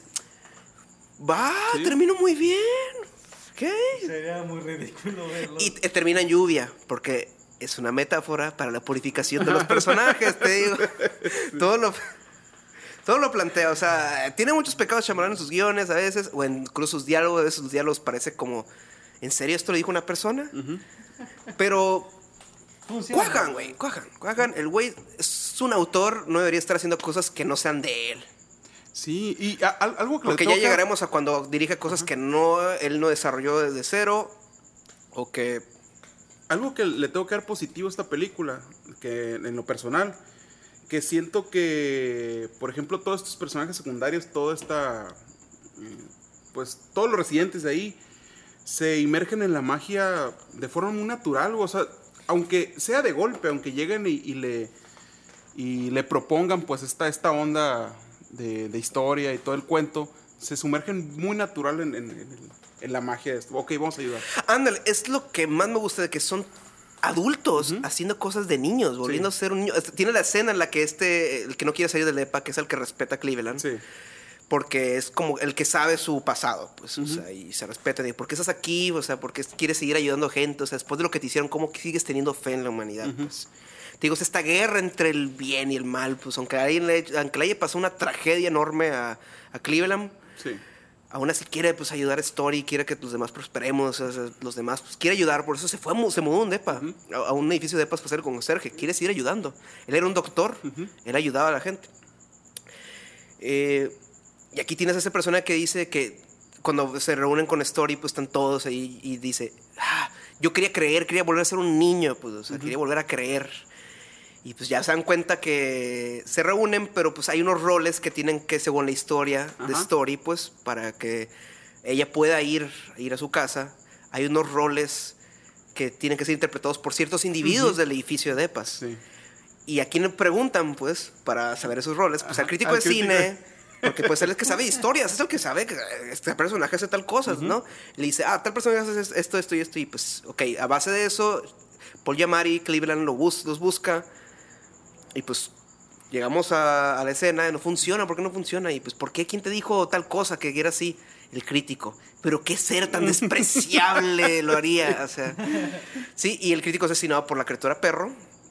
va, ¿sí? termino muy bien. ¿Qué? Sería muy ridículo verlo. Y eh, termina en lluvia, porque es una metáfora para la purificación de los personajes, te digo. Sí. Todo lo... Todo lo plantea, o sea, tiene muchos pecados Shyamalan en sus guiones a veces, o incluso sus diálogos, a veces sus diálogos parece como, ¿en serio esto lo dijo una persona? Uh-huh. Pero, cuajan, güey, cuajan, cuajan. El güey es un autor, no debería estar haciendo cosas que no sean de él. Sí, y a, a, algo que Porque ya llegaremos a cuando dirige cosas uh-huh. que no, él no desarrolló desde cero, o que... Algo que le tengo que dar positivo a esta película, que en lo personal... que siento que, por ejemplo, todos estos personajes secundarios, toda esta, pues, todos los residentes de ahí se inmergen en la magia de forma muy natural, o sea, aunque sea de golpe, aunque lleguen y, y le y le propongan, pues, esta, esta onda de, de historia y todo el cuento, se sumergen muy natural en, en, en, en la magia de esto. Ok, vamos a ayudar. Ándale, es lo que más me gusta de que son adultos uh-huh. haciendo cosas de niños, volviendo sí. a ser un niño. Tiene la escena en la que este, el que no quiere salir del E P A, que es el que respeta a Cleveland, sí. porque es como el que sabe su pasado, pues, uh-huh. o sea, y se respeta de por qué estás aquí, o sea, por qué quieres seguir ayudando a gente, o sea, después de lo que te hicieron, cómo sigues teniendo fe en la humanidad, uh-huh. pues. Te digo, es esta guerra entre el bien y el mal, pues, aunque, alguien le, aunque le haya pasado una tragedia enorme a, a Cleveland, sí. aún así quiere, pues, ayudar a Story, quiere que los demás prosperemos, o sea, los demás, pues, quiere ayudar, por eso se fue, se mudó a un depa, uh-huh. a, a un edificio de depas para ser conserje, quiere seguir ayudando. Él era un doctor, uh-huh. él ayudaba a la gente. Eh, y aquí tienes a esa persona que dice que cuando se reúnen con Story, pues, están todos ahí y dice, ah, yo quería creer, quería volver a ser un niño, pues, o sea, uh-huh. quería volver a creer. Y pues ya se dan cuenta que se reúnen, pero pues hay unos roles que tienen que, según la historia Ajá. de Story, pues para que ella pueda ir, ir a su casa, hay unos roles que tienen que ser interpretados por ciertos individuos uh-huh. del edificio de depas. Sí. Y a quién le preguntan, pues, para saber esos roles, pues Ajá. al crítico al de crítico. cine, porque pues él es el que sabe historias, es el que sabe que este personaje hace tal cosas, uh-huh. ¿no? Le dice, ah, tal personaje hace esto, esto y esto, y pues, ok, a base de eso, Paul Giamatti, Cleveland lo bus- los busca. Y pues llegamos a, a la escena, no funciona, ¿por qué no funciona? Y pues, ¿por qué? ¿Quién te dijo tal cosa que era así? El crítico. Pero qué ser tan despreciable lo haría, o sea. Sí, y el crítico asesinado por la criatura perro.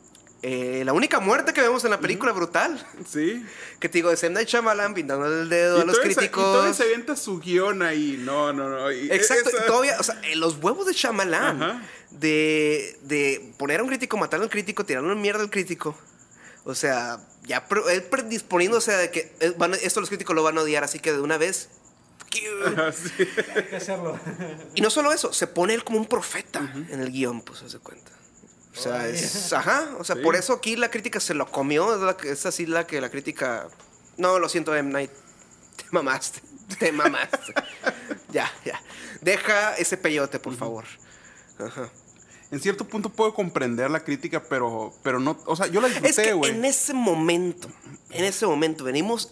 Eh, la única muerte que vemos en la película, uh-huh. brutal. Sí. Que te digo, de M. Night Shyamalan pintando el dedo y a los críticos. Esa, y todavía se avienta su guión ahí. No, no, no. Y exacto. esa... Y todavía, o sea, los huevos de Shyamalan. Uh-huh. De, de poner a un crítico, matar a un crítico, tirarle una mierda al crítico. O sea, ya pre- él predisponiéndose a que eh, van, esto los críticos lo van a odiar, así que de una vez... Ajá, sí. Hay que hacerlo. Y no solo eso, se pone él como un profeta uh-huh. en el guión, pues, se cuenta. O sea, oh, es... Yeah. Ajá, o sea, sí. por eso aquí la crítica se lo comió, es, la, es así la que la crítica... No, lo siento, M. Night, te mamaste, te mamaste. ya, ya. Deja ese peyote, por uh-huh. favor. Ajá. En cierto punto puedo comprender la crítica, pero, pero no, o sea, yo la disfruté, güey. Es que en ese momento, en ese momento, venimos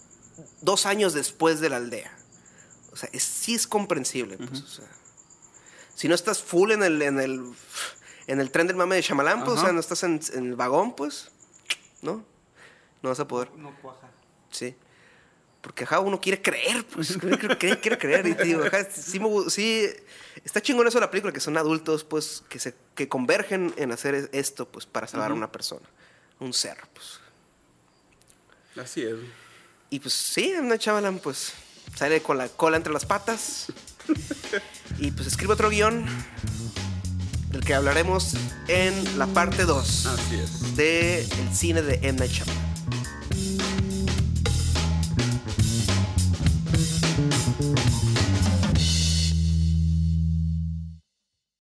dos años después de La Aldea. O sea, es, sí es comprensible, pues, uh-huh. o sea. Si no estás full en el, en el, en el tren del mame de Shyamalan, pues, uh-huh. o sea, no estás en, en el vagón, pues, ¿no? No vas a poder. No, no cuaja. Sí. Porque, ajá, uno quiere creer, pues, quiere, quiere, quiere creer. Y digo, ajá, sí, me, sí, está chingón eso de la película, que son adultos, pues, que se que convergen en hacer esto, pues, para salvar uh-huh. a una persona, un ser, pues. Así es. Y, pues, sí, una Shyamalan, pues, sale con la cola entre las patas y, pues, escribe otro guión del que hablaremos en la parte dos Así es. de el cine de M. Night Shyamalan.